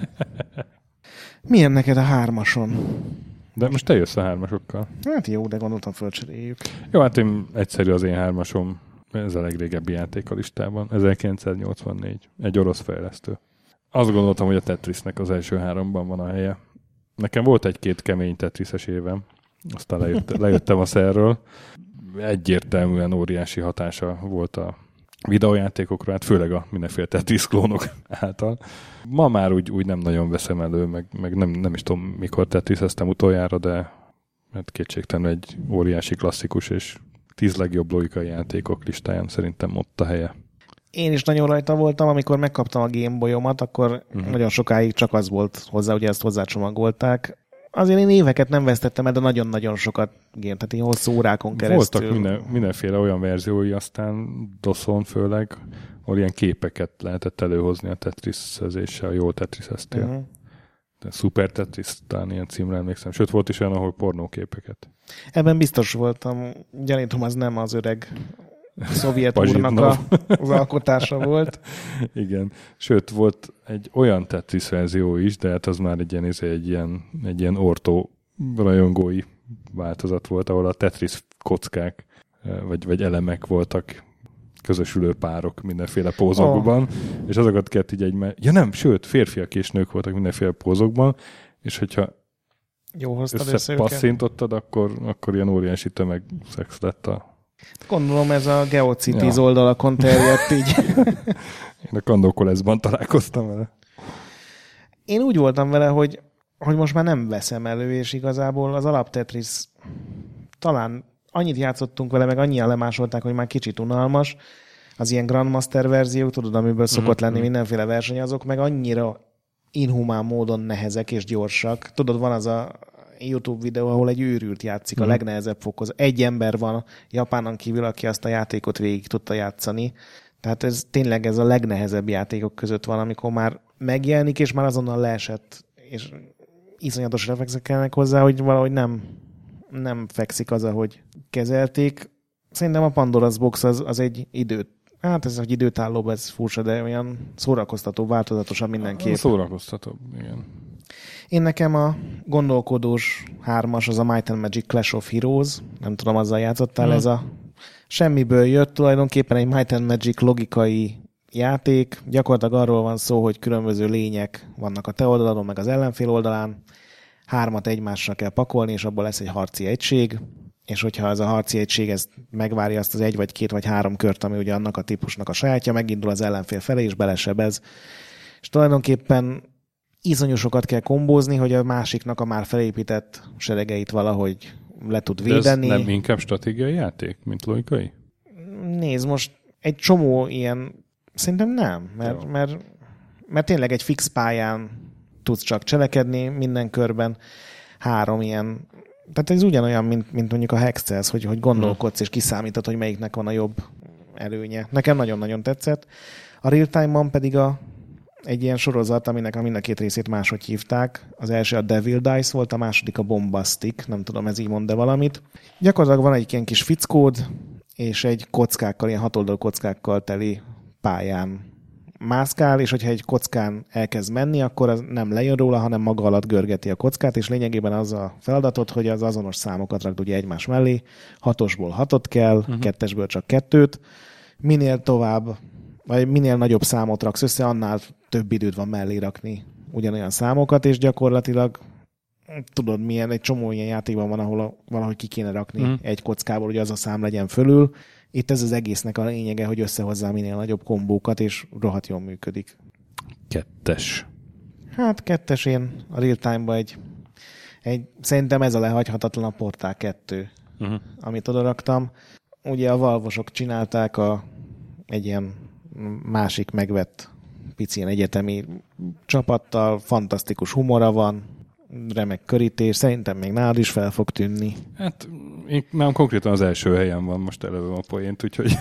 Milyen neked a 3-ason? De most te jössz a 3-asokkal. Hát jó, de gondoltam fölcseréljük. Jó, hát én egyszerű az én 3-asom. Ez a legrégebbi játék a listában. 1984. Egy orosz fejlesztő. Azt gondoltam, hogy a Tetrisnek az első 3-ban van a helye. Nekem volt egy-két kemény Tetrises évem. Aztán lejöttem a szerről. Egyértelműen óriási hatása volt a videójátékokra, hát főleg a mindenféle Tetris klónok által. Ma már úgy nem nagyon veszem elő, meg nem is tudom, mikor Tetriseztem utoljára, de hát kétségtelenül egy óriási klasszikus, és 10 legjobb logikai játékok listáján szerintem ott a helye. Én is nagyon rajta voltam, amikor megkaptam a Game Boy-omat, akkor nagyon sokáig csak az volt hozzá, ugye ezt hozzácsomagolták. Azért én éveket nem vesztettem el, de nagyon-nagyon sokat tehát én hosszú órákon keresztül. Voltak mindenféle olyan verziói, aztán DOS-on főleg, ahol ilyen képeket lehetett előhozni a Tetris-ezéssel, jól Tetris-eztél. De Super Tetris, talán ilyen címre emlékszem. Sőt, volt is olyan, ahol pornóképeket. Ebben biztos voltam. Gyanítom, az nem az öreg szovjet úrnak az alkotása volt. Igen. Sőt, volt egy olyan Tetris verzió is, de hát az már egy ilyen ortó rajongói változat volt, ahol a Tetris kockák vagy elemek voltak, közösülő párok mindenféle pózokban, és azokat kellett így sőt, férfiak és nők voltak mindenféle pózokban, és hogyha összepasszintottad, akkor ilyen óriási tömegszex lett a... Gondolom ez a GeoCities oldalakon terjedt így. Én a Kandokoleszban találkoztam vele. Én úgy voltam vele, hogy most már nem veszem elő, és igazából az alap Tetris talán annyit játszottunk vele, meg annyian lemásolták, hogy már kicsit unalmas. Az ilyen Grandmaster verziók, tudod, amiből szokott lenni mindenféle verseny, azok meg annyira inhumán módon nehezek és gyorsak. Tudod, van az a YouTube videó, ahol egy őrült játszik a legnehezebb fokhoz. Egy ember van Japánon kívül, aki azt a játékot végig tudta játszani. Tehát ez tényleg ez a legnehezebb játékok között van, amikor már megjelenik, és már azonnal leesett, és iszonyatos reflexek kellnek hozzá, hogy valahogy nem fekszik az, ahogy kezelték. Szerintem a Pandora's Box az egy egy időtállóbb, ez furcsa, de olyan szórakoztató, változatosabb mindenképp. Szórakoztatóbb, igen. Én nekem a gondolkodós 3-as, az a Might and Magic Clash of Heroes, nem tudom, azzal játszottál, ez a semmiből jött, tulajdonképpen egy Might and Magic logikai játék, gyakorlatilag arról van szó, hogy különböző lények vannak a te oldalon, meg az ellenfél oldalán, 3 egymásra kell pakolni, és abból lesz egy harci egység, és hogyha az a harci egység ezt megvárja azt az 1 vagy 2 vagy 3 kört, ami ugye annak a típusnak a sajátja, megindul az ellenfél felé, és belesebez. És tulajdonképpen iszonyosokat kell kombózni, hogy a másiknak a már felépített seregeit valahogy le tud védeni. De ez nem inkább stratégiai játék, mint logikai? Nézd, most egy csomó ilyen, szerintem nem, mert tényleg egy fix pályán tudsz csak cselekedni minden körben, 3 ilyen, tehát ez ugyanolyan, mint mondjuk a Hextech, hogy gondolkodsz és kiszámítod, hogy melyiknek van a jobb előnye. Nekem nagyon-nagyon tetszett. A Real Time-ban pedig egy ilyen sorozat, aminek a mind a 2 részét máshogy hívták. Az első a Devil Dice volt, a második a Bombastic, nem tudom, ez így mond-e valamit. Gyakorlatilag van egy ilyen kis fickód, és egy kockákkal, ilyen 6 oldalú kockákkal teli pályán mászkál, és hogyha egy kockán elkezd menni, akkor az nem lejön róla, hanem maga alatt görgeti a kockát, és lényegében az a feladatot, hogy az azonos számokat rakd ugye egymás mellé, 6-osból 6-ot kell, 2-esből csak 2-t. Minél tovább, vagy minél nagyobb számot raksz össze, annál több időd van mellé rakni ugyanolyan számokat, és gyakorlatilag tudod, milyen egy csomó ilyen játékban van, ahol valahogy ki kéne rakni egy kockából, hogy az a szám legyen fölül. Itt ez az egésznek a lényege, hogy összehozzá minél nagyobb kombókat, és rohadt jól működik. 2-es. Hát 2-es, én a Real Time-ban szerintem ez a lehagyhatatlan a Portál 2, amit odaraktam. Ugye a Valvosok csinálták egy ilyen másik megvett pici ilyen egyetemi csapattal, fantasztikus humora van, remek körítés, szerintem még nálad is fel fog tűnni. Hát nem konkrétan az első helyen van most előbb a poént, úgyhogy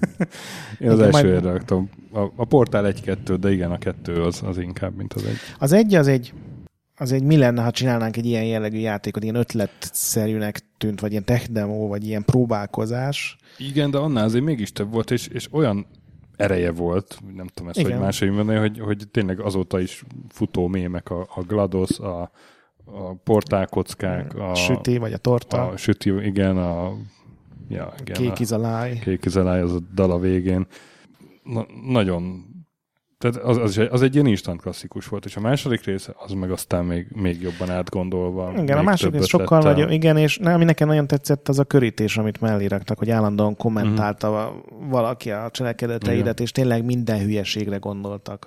én az első helyre raktam. A Portál 1-2, de igen, a 2 az inkább, mint az 1. Az 1 az egy mi lenne, ha csinálnánk egy ilyen jellegű játékot, ilyen ötletszerűnek tűnt, vagy ilyen tech demo, vagy ilyen próbálkozás. Igen, de annál azért mégis több volt, és olyan ereje volt, nem tudom ezt, hogy máshogy mondani, hogy tényleg azóta is futó mémek a GLaDOS, a portálkockák, a süti, vagy a torta. A süti, igen, igen, Kék is a láj. Kék is a láj, az a dal a végén. Nagyon, tehát az egy ilyen instant klasszikus volt, és a második része az meg aztán még jobban átgondolva. Igen, a második része sokkal nagyobb, igen, és ami nekem nagyon tetszett, az a körítés, amit mellé raktak, hogy állandóan kommentálta valaki a cselekedeteidet, és tényleg minden hülyeségre gondoltak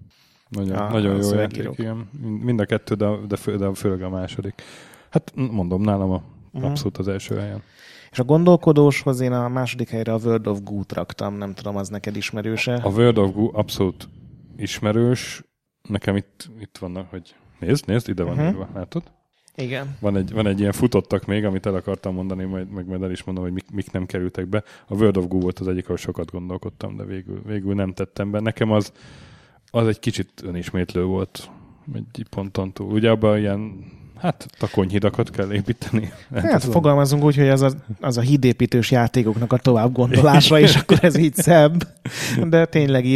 nagyon jó játék, igen. Mind a 2, de főleg a második. Hát mondom, nálam abszolút az első helyen. És a gondolkodóshoz én a második helyre a World of Goo-t raktam, nem tudom, az neked ismerőse? A World of Goo abszolút ismerős. Nekem itt vannak, hogy nézd, ide van írva, látod? Igen. Van egy ilyen futottak még, amit el akartam mondani, majd el is mondom, hogy mik nem kerültek be. A World of Goo volt az egyik, ahol sokat gondolkodtam, de végül nem tettem be. Nekem az egy kicsit önismétlő volt egy ponton túl. Ugye abban ilyen, takonyhidakat kell építeni. Hát fogalmazunk úgy, hogy az a hídépítős játékoknak a tovább gondolása, és akkor ez így szebb. De tényleg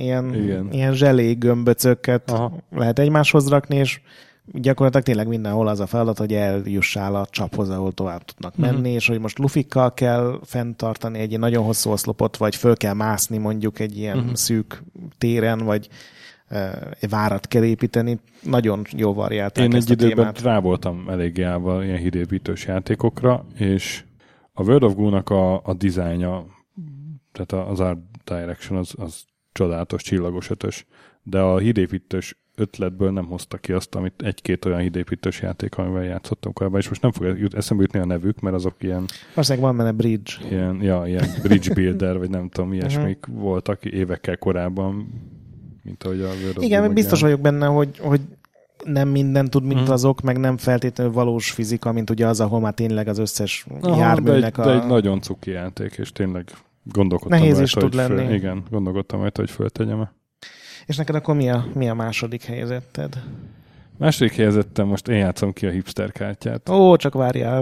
ilyen zselé gömböcöket lehet egymáshoz rakni, és gyakorlatilag tényleg mindenhol az a feladat, hogy eljussál a csaphoz, ahol tovább tudnak menni, és hogy most lufikkal kell fenntartani egy ilyen nagyon hosszú oszlopot, vagy föl kell mászni mondjuk egy ilyen szűk téren, vagy egy várat kell építeni. Nagyon jó variálták én ezt egy időben témát. rá voltam elég járva ilyen hídépítős játékokra, és a World of Goo-nak a dizájnja, tehát az Art Direction az csodálatos, csillagos ötös, de a hídépítős ötletből nem hozta ki azt, amit egy-két olyan hídépítős játék, amivel játszottam korábban, és most nem fog eszembe jutni a nevük, mert azok ilyen... Valószínűleg van benne Bridge. Ilyen Bridge Builder, vagy nem tudom, ilyesmik voltak évekkel korábban, mint ahogy a World of Igen, Goo biztos vagyok benne, hogy nem minden tud, mint azok, meg nem feltétlenül valós fizika, mint ugye az, ahol már tényleg az összes járműnek de egy nagyon cuki játék, és tényleg gondolkodtam nehéz rajta, is tud lenni. Igen, gondolkodtam rajta, hogy föltegyem-e. És neked akkor mi a második helyezetted? Második helyezettem, most én játszom ki a hipster kártyát. Ó, csak várjál.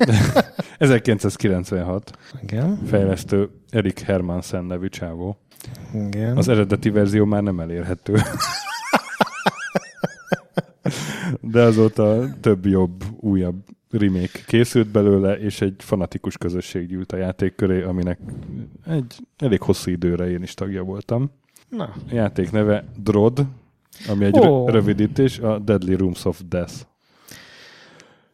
1996. Igen. Fejlesztő Erik Hermansen nevű csávó. Igen. Az eredeti verzió már nem elérhető. De azóta több jobb, újabb remake készült belőle, és egy fanatikus közösség gyűlt a játék köré, aminek egy elég hosszú időre én is tagja voltam. Na. A játék neve DROD, ami egy rövidítés, a Deadly Rooms of Death.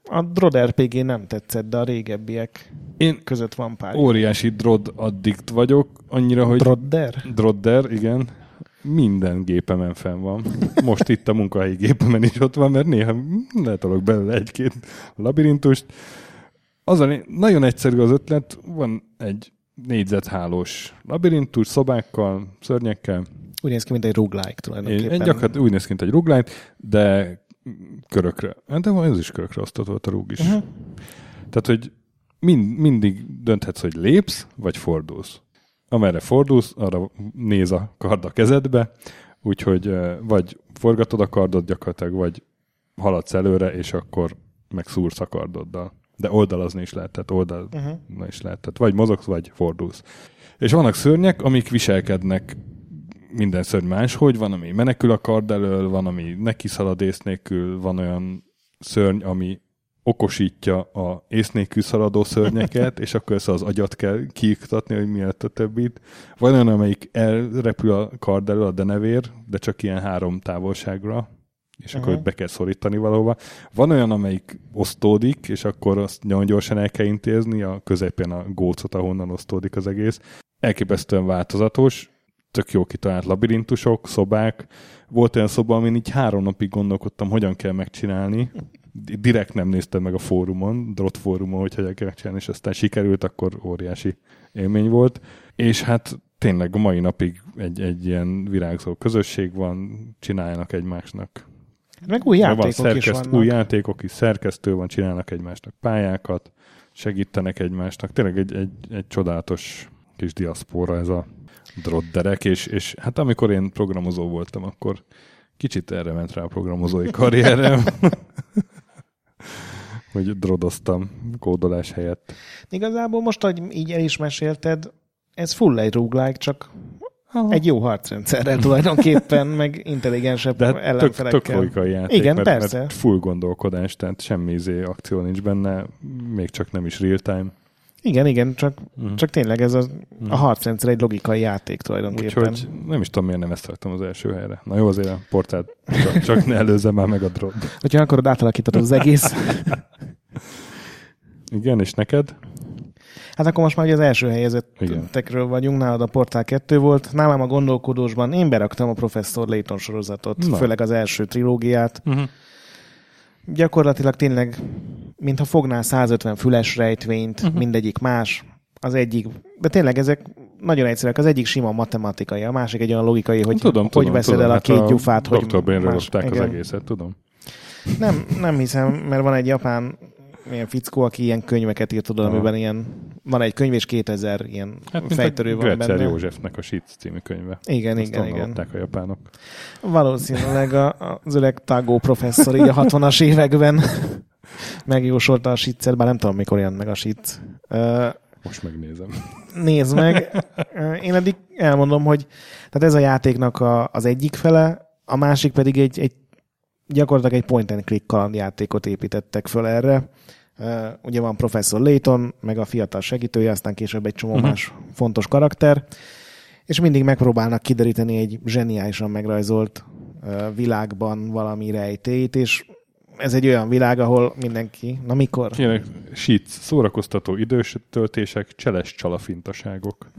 A Drod RPG nem tetszett, de a régebbiek között van pár. Óriási Drod addikt vagyok, annyira, hogy... Drodder, igen. Minden gépemen fenn van. Most itt a munkahelyi gépemen is ott van, mert néha letolok belőle egy-két labirintust. Nagyon egyszerű az ötlet, van egy négyzethálós labirintus, szobákkal, szörnyekkel. Úgy néz ki, mint egy roguelike tulajdonképpen. Gyakorlatilag úgy néz ki, mint egy roguelike, de körökre. De ez is körökre osztott volt a rúg is. Uh-huh. Tehát, hogy mindig dönthetsz, hogy lépsz, vagy fordulsz. Amerre fordulsz, arra néz a kard a kezedbe, úgyhogy vagy forgatod a kardot gyakorlatilag, vagy haladsz előre, és akkor megszúrsz a kardoddal. De oldalazni is lehet, tehát is lehet. Tehát vagy mozogsz, vagy fordulsz. És vannak szörnyek, amik viselkednek minden szörny máshogy, van, ami menekül a kard elől, van, ami neki szalad ész nélkül, van olyan szörny, ami okosítja a ész nélkül szaladó szörnyeket, és akkor ezt az agyat kell kiiktatni, hogy miért a többit. Van olyan, amelyik elrepül a kard elől, a denevér, de csak ilyen 3 távolságra, és akkor be kell szorítani valahova. Van olyan, amelyik osztódik, és akkor azt nagyon gyorsan el kell intézni, a közepén a gólcot, ahonnan osztódik az egész. Elképesztően változatos, tök jó kitalált labirintusok, szobák. Volt olyan szoba, amin így 3 napig gondolkodtam, hogyan kell megcsinálni. Direkt nem néztem meg a fórumon, Drod fórumon, hogy hogyan kell megcsinálni, és aztán sikerült, akkor óriási élmény volt. És hát tényleg a mai napig egy ilyen virágzó közösség van, csináljanak egymásnak. Meg új játékok is vannak. Új játékok is, szerkesztő van, csinálnak egymásnak pályákat, segítenek egymásnak. Tényleg egy csodálatos kis diaszpóra ez a drodderek, és hát amikor én programozó voltam, akkor kicsit erre ment rá a programozói karrierem, hogy drodoztam kódolás helyett. Igazából most, hogy így el is mesélted, ez full egy roguelike, csak egy jó harcrendszerrel tulajdonképpen, meg intelligensebb ellenfelekkel. Tök logikai játék, igen, persze. Mert full gondolkodás, tehát semmi akció nincs benne, még csak nem is real time. Igen, csak tényleg ez a harcrendszer egy logikai játék tulajdonképpen. Úgyhogy nem is tudom, miért nem ezt raktam az első helyre. Na jó, azért a portát csak ne előzze már meg a Drod. Hogyha akarod, átalakítod az egész. Igen, és neked? Hát akkor most már az első helyezettekről vagyunk, nálad a Portál 2 volt, nálam a gondolkodósban én beraktam a Professor Layton sorozatot, főleg az első trilógiát. Gyakorlatilag tényleg, mintha fognál 150 füles rejtvényt, mindegyik más, az egyik, de tényleg ezek nagyon egyszerűek, az egyik sima matematikai, a másik egy olyan logikai, hogy hogy veszed el a két gyufát, hogy Dr. Brainről hozták az egészet, tudom. Nem hiszem, mert van egy japán ilyen fickó, aki ilyen könyveket írt, tudod, amiben van egy könyv, és 2000 ilyen fejtörő van benne. Gretzer Józsefnek a Sheets című könyve. Igen. Azt a japánok. Valószínűleg az öreg Tagó professzor így a 60-as években megjósolta a Sheets-et, bár nem tudom, mikor jön meg a Sheets. Most megnézem. Nézd meg. Én eddig elmondom, hogy tehát ez a játéknak az egyik fele, a másik pedig egy gyakorlatilag egy point-and-click kalandjátékot építettek föl erre. Ugye van Professor Layton, meg a fiatal segítője, aztán később egy csomó más fontos karakter, és mindig megpróbálnak kideríteni egy zseniálisan megrajzolt világban valami rejtélyt, és ez egy olyan világ, ahol mindenki... Na mikor? Kérlek, Sheets, szórakoztató időtöltések, cseles csalafintaságok.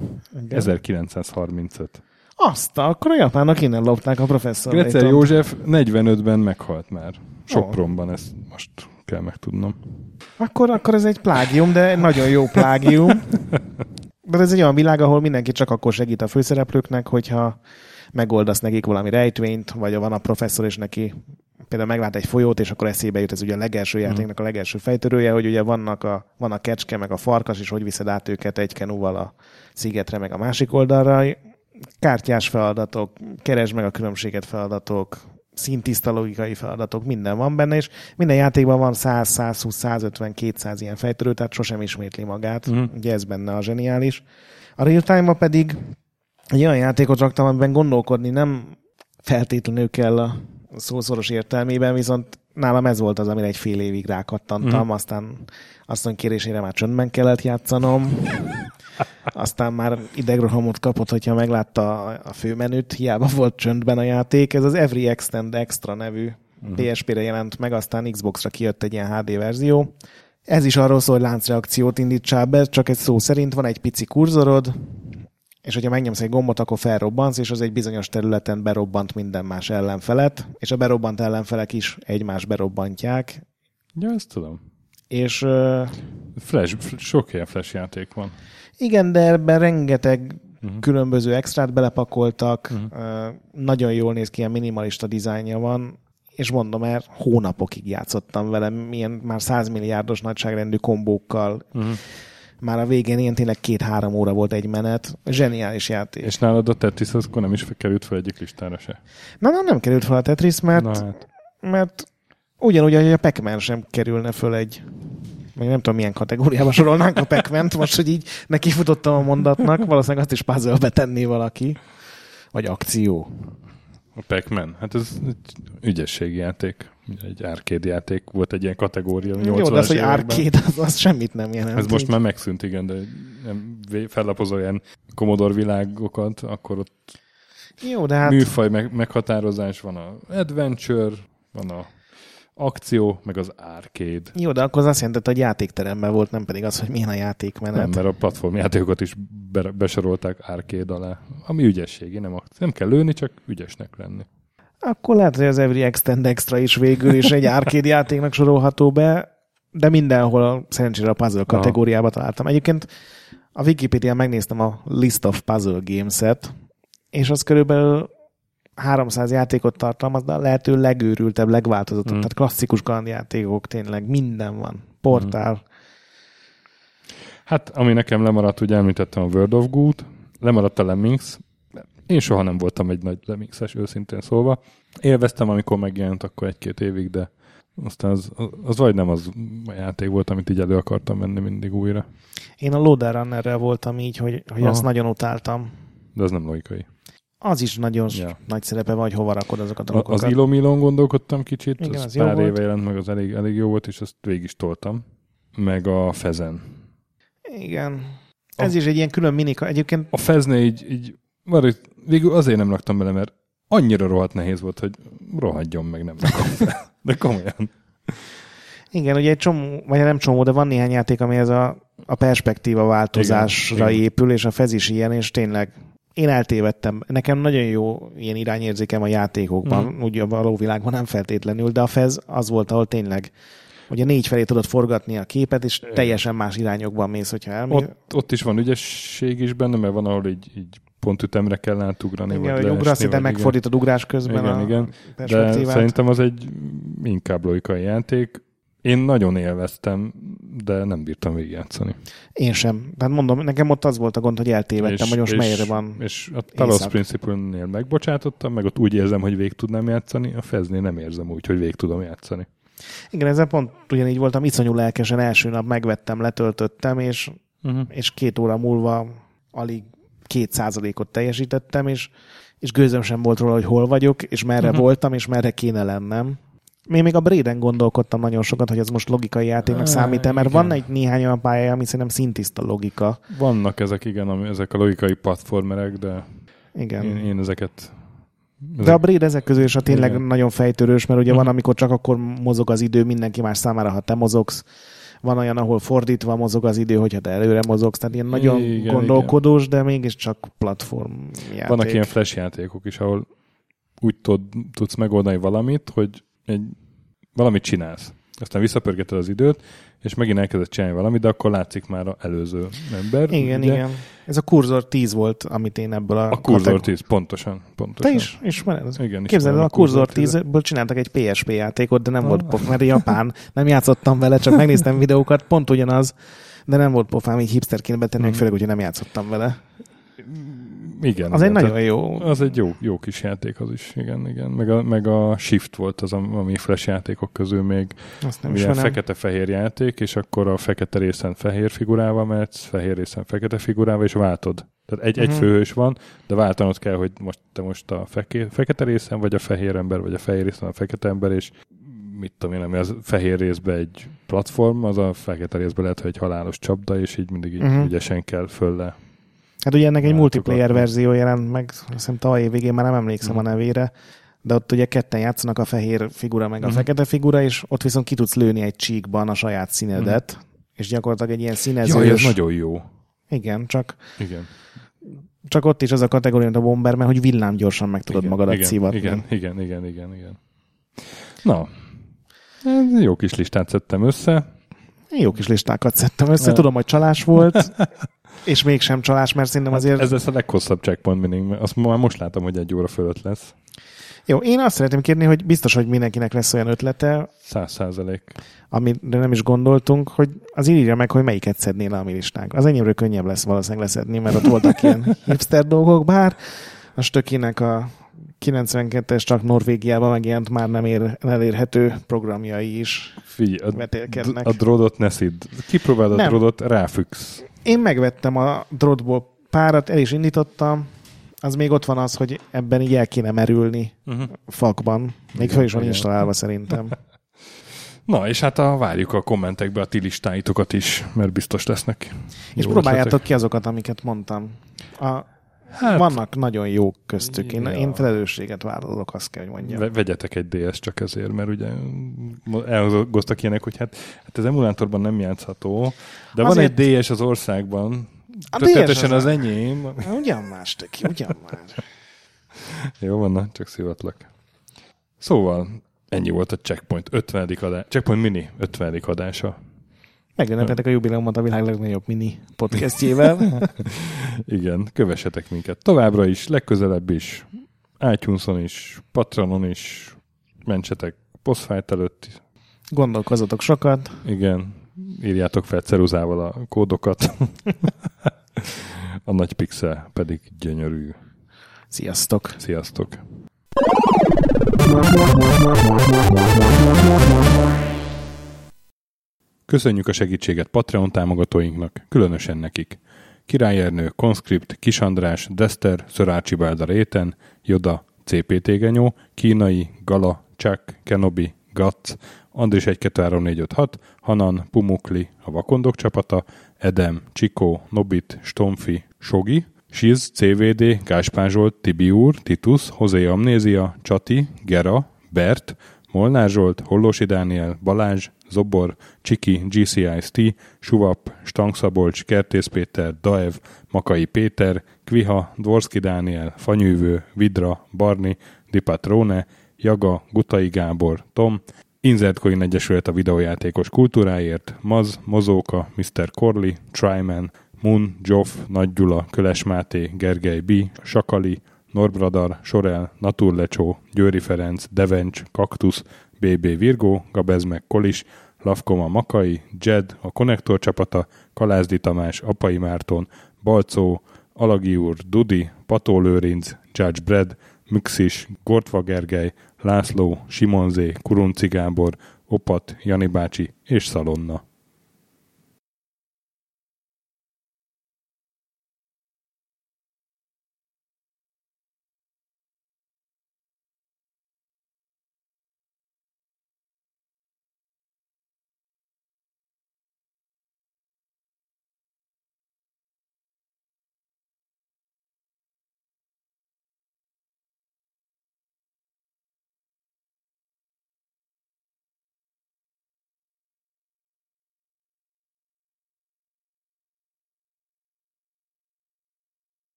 1935. Akkor a japánok innen lopták a Professor Layton. Gretzer József 45-ben meghalt már. Sopronban, ezt most kell megtudnom. Akkor ez egy plágium, de egy nagyon jó plágium. De ez egy olyan világ, ahol mindenki csak akkor segít a főszereplőknek, hogyha megoldasz nekik valami rejtvényt, vagy van a professzor, és neki például meglát egy folyót, és akkor eszébe jut, ez ugye a legelső játéknak a legelső fejtörője, hogy ugye van a kecske, meg a farkas, és hogy viszed át őket egy kenúval a szigetre, meg a másik oldalra. Kártyás feladatok, keresd meg a különbséget feladatok, színtiszta logikai feladatok, minden van benne, és minden játékban van 100, 120, 150, 200 ilyen fejtörő, tehát sosem ismétli magát. Ugye ez benne a zseniális. A real time-ba pedig egy olyan játékot raktam, amiben gondolkodni nem feltétlenül kell a szószoros értelmében, viszont nálam ez volt az, amire egy fél évig rákattantam, aztán asszony kérésére már csöndben kellett játszanom. Aztán már idegrohamot kapott, hogyha meglátta a főmenüt, hiába volt csöndben a játék. Ez az Every Extend Extra nevű PSP-re jelent meg, aztán Xbox-ra kijött egy ilyen HD verzió. Ez is arról szól, hogy láncreakciót indítsál be, csak egy szó szerint van egy pici kurzorod, és hogyha megnyomsz egy gombot, akkor felrobbansz, és az egy bizonyos területen berobbant minden más ellenfelet, és a berobbant ellenfelek is egymást berobbantják. Ja, ezt tudom. És... sok ilyen flash játék van. Igen, de ebben rengeteg különböző extrát belepakoltak, nagyon jól néz ki, ilyen minimalista dizájnja van, és mondom, mert hónapokig játszottam vele, milyen már 100 milliárdos nagyságrendű kombókkal. Már a végén ilyen tényleg 2-3 óra volt egy menet. Zseniális játék. És nálad a Tetris az akkor nem is került fel egyik listára se? Nem került fel a Tetris, mert ugyanúgy, hogy a Pac-Man sem kerülne föl egy... Még nem tudom, milyen kategóriába sorolnánk a Pac-Man-t, most, hogy így nekifutottam a mondatnak, valószínűleg azt is puzzle-be tenné valaki. Vagy akció. A Pac-Man? Hát ez egy ügyességi játék. Egy arcade játék volt egy ilyen kategória. Jó, de az, hogy arcade, az semmit nem jelent. Ez most már megszűnt, igen, de fellapozol ilyen Commodore világokat, akkor ott jó, de hát... műfaj meghatározás, van a adventure, van a akció, meg az arcade. Jó, de akkor az azt jelentett, hogy játékteremben volt, nem pedig az, hogy milyen a játékmenet. Nem, mert a platformjátékokat is besorolták arcade alá. Ami ügyességi, nem akció. Nem kell lőni, csak ügyesnek lenni. Akkor lehet, hogy az Every Extend Extra is végül is egy arcade játéknak sorolható be, de mindenhol szerencsére a puzzle kategóriába találtam. Egyébként a Wikipédián megnéztem a List of Puzzle Games-et, és az körülbelül 300 játékot tartalmaz, de a lehető legőrültebb, legváltozottabb, tehát klasszikus kalandjátékok, tényleg minden van. Portál. Hát, ami nekem lemaradt, ugye említettem a World of Good, lemaradt a Lemmings. Én soha nem voltam egy nagy Lemmingses, őszintén szólva. Élveztem, amikor megjelent akkor 1-2 évig, de aztán az vagy nem az a játék volt, amit így elő akartam venni mindig újra. Én a Loader Runnerrel voltam így, hogy azt nagyon utáltam. De az nem logikai. Az is nagyon nagy szerepe van, hogy hova rakod azokat a dolgokat. Az Ilomilon gondolkodtam kicsit, igen, az pár éve jelent meg, az elég jó volt, és azt végig is toltam. Meg a Fezen. Igen. Ez is egy ilyen külön minika. Egyébként... A Feznél így végül azért nem raktam bele, mert annyira rohadt nehéz volt, hogy rohadjon meg, nem rakom fel. De komolyan. Igen, ugye egy csomó, vagy nem csomó, de van néhány játék, ami ez a perspektíva változásra épül, és a Fez is ilyen, és tényleg én eltévedtem. Nekem nagyon jó ilyen irányérzékem a játékokban, úgy a való világban nem feltétlenül, de a Fez az volt, ahol tényleg ugye 4 felé tudod forgatni a képet, és teljesen más irányokban mész, hogyha elmész. Ott is van ügyesség is benne, mert van, ahol így pontütemre kell átugrani. Igen, vagy ugrasz, de megfordítod ugrás közben igen. De szerintem az egy inkább logikai játék. Én nagyon élveztem, de nem bírtam végigjátszani. Én sem. Tehát mondom, nekem ott az volt a gond, hogy eltévedtem, hogy most melyre van. És a Talos Principle-nél megbocsátottam, meg ott úgy érzem, hogy végig tudnám játszani, a Feznél nem érzem úgy, hogy végig tudom játszani. Igen, ezzel pont ugyanígy voltam, iszonyú lelkesen első nap megvettem, letöltöttem, és 2 óra múlva alig 2%-ot teljesítettem, és gőzöm sem volt róla, hogy hol vagyok, és merre voltam, és merre kéne lennem. Én még a Braiden gondolkodtam nagyon sokat, hogy ez most logikai játéknak számít, mert van egy néhány olyan pálya, ami szerintem szintiszta logika. Vannak ezek, igen, ezek a logikai platformerek, de igen. Én ezeket... De a Braid ezek közül is a tényleg nagyon fejtörős, mert ugye van, amikor csak akkor mozog az idő mindenki más számára, ha te mozogsz. Van olyan, ahol fordítva mozog az idő, hogyha te előre mozogsz. Tehát ilyen nagyon gondolkodós, de mégiscsak platform játék. Vannak ilyen flash játékok is, ahol úgy tudsz megoldani valamit, hogy valamit csinálsz. Aztán visszapörgeted az időt, és megint elkezded csinálni valamit, de akkor látszik már az előző ember. Igen, ugye? Igen. Ez a Cursor 10 volt, amit én ebből a Cursor 10, pontosan. Te is ismered? Igen, képzeld el, a Cursor 10-ből csináltak egy PSP játékot, de nem volt pofám, mert japán. Nem játszottam vele, csak megnéztem videókat, pont ugyanaz, de nem volt pofám, így hipsterként betenni, főleg, hogy nem játszottam vele. Igen. Az egy nagyon jó. Az egy jó kis játék az is, igen. Meg a Shift volt az, ami flash játékok közül még ilyen fekete-fehér játék, és akkor a fekete részen fehér figurával mehetsz, fehér részen fekete figurával, és váltod. Tehát egy főhős van, de váltanod kell, hogy te most a fekete részen vagy a fehér ember, vagy a fehér részen a fekete ember, és mit tudom én, ami az fehér részben egy platform, az a fekete részben lehet, hogy egy halálos csapda, és így mindig így ügyesen kell fölle. Hát ugye ennek egy multiplayer verzió jelent meg, azt hiszem tavaly év végén, már nem emlékszem a nevére, de ott ugye ketten játszanak, a fehér figura meg a fekete figura, és ott viszont ki tudsz lőni egy csíkban a saját színedet, és gyakorlatilag egy ilyen színezős... Jaj, ez nagyon jó. Igen, csak Igen. ott is az a kategória, mint a Bomberman, hogy villámgyorsan meg tudod magadat szivatni. Igen. Na, jó kis listát szedtem össze. Jó kis listákat szedtem össze, tudom, hogy csalás volt, és mégsem csalás, mert szerintem azért... Ez lesz a leghosszabb checkpoint mindig, azt már most látom, hogy 1 óra fölött lesz. Jó, én azt szeretném kérni, hogy biztos, hogy mindenkinek lesz olyan ötlete, 100%. amire nem is gondoltunk, hogy az írja meg, hogy melyiket szednél a mi listánk. Az enyémről könnyebb lesz valószínűleg leszedni, mert ott voltak ilyen hipster dolgok, bár a Stökinek a 92-es csak Norvégiában megjelent már nem elérhető programjai is vetélkednek. A dródot ne szidd. Kipróbáld a dródot, ráfüggsz. Én megvettem a drótból párat, el is indítottam, az még ott van az, hogy ebben így el kéne merülni fakban. Még fel is van installálva szerintem. Na, és hát várjuk a kommentekbe a ti listáitokat is, mert biztos lesznek. És próbáljátok ki azokat, amiket mondtam. Vannak nagyon jók köztük. Én felelősséget vállalok, azt kell, hogy mondjam. Vegyetek egy DS csak ezért, mert ugye elhoztak ilyenek, hogy hát ez emulátorban nem játszható, de azért... van egy DS az országban, tökéletesen az enyém. Ugyan más, Töki, ugyan már. Jó van, csak szivatlak. Szóval ennyi volt a Checkpoint 50. adás. Checkpoint Mini 50. adása. Megünnepeltek a jubileumot a világ legnagyobb mini podcastjével. Igen, kövessetek minket továbbra is, legközelebb is, iTunes-on is, Patronon is, mentsetek Postfight előtt. Gondolkozzatok sokat. Igen, írjátok fel ceruzával a kódokat. A nagy pixel pedig gyönyörű. Sziasztok! Sziasztok! Köszönjük a segítséget Patreon támogatóinknak, különösen nekik. Király Ernő, Conscript, Kis András, Dester, Sir Archibald a Réten, Joda, CPT Genyó, Kínai, Gala, Chuck, Kenobi, Gatz, Andris 1-2-3-4-5-6, Hanan, Pumukli, a Vakondok csapata, Edem, Csikó, Nobit, Stomfi, Sogi, Siz, CVD, Gáspár Zsolt, Tibiúr, Titus, Hozé Amnézia, Csati, Gera, Bert, Molnár Zsolt, Hollósi Dániel, Balázs, Zobor, Csiki, GCIST, Suvap, Stangszabolcs, Kertész Péter, Daev, Makai Péter, Kviha, Dvorszki Dániel, Fanyűvő, Vidra, Barni, Dipatrone, Jaga, Gutai Gábor, Tom, Insert Coin Egyesület a videójátékos kultúráért, Maz, Mozóka, Mr. Corley, Tryman, Moon, Joff, Nagy Gyula, Köles Máté, Gergely B, Sakali, Norbradar, Sorel, Naturlecsó, Győri Ferenc, Devencs, Kaktusz, BB Virgó, Gabezmek Kolis, Lavkoma Makai, Jed, a Konnektor csapata, Kalázdi Tamás, Apai Márton, Balcó, Alagi úr, Dudi, Pató Lőrinc, Judge Brad, Müxis, Gortva Gergely, László, Simonzé, Kurunci Gábor, Opat, Jani bácsi és Szalonna.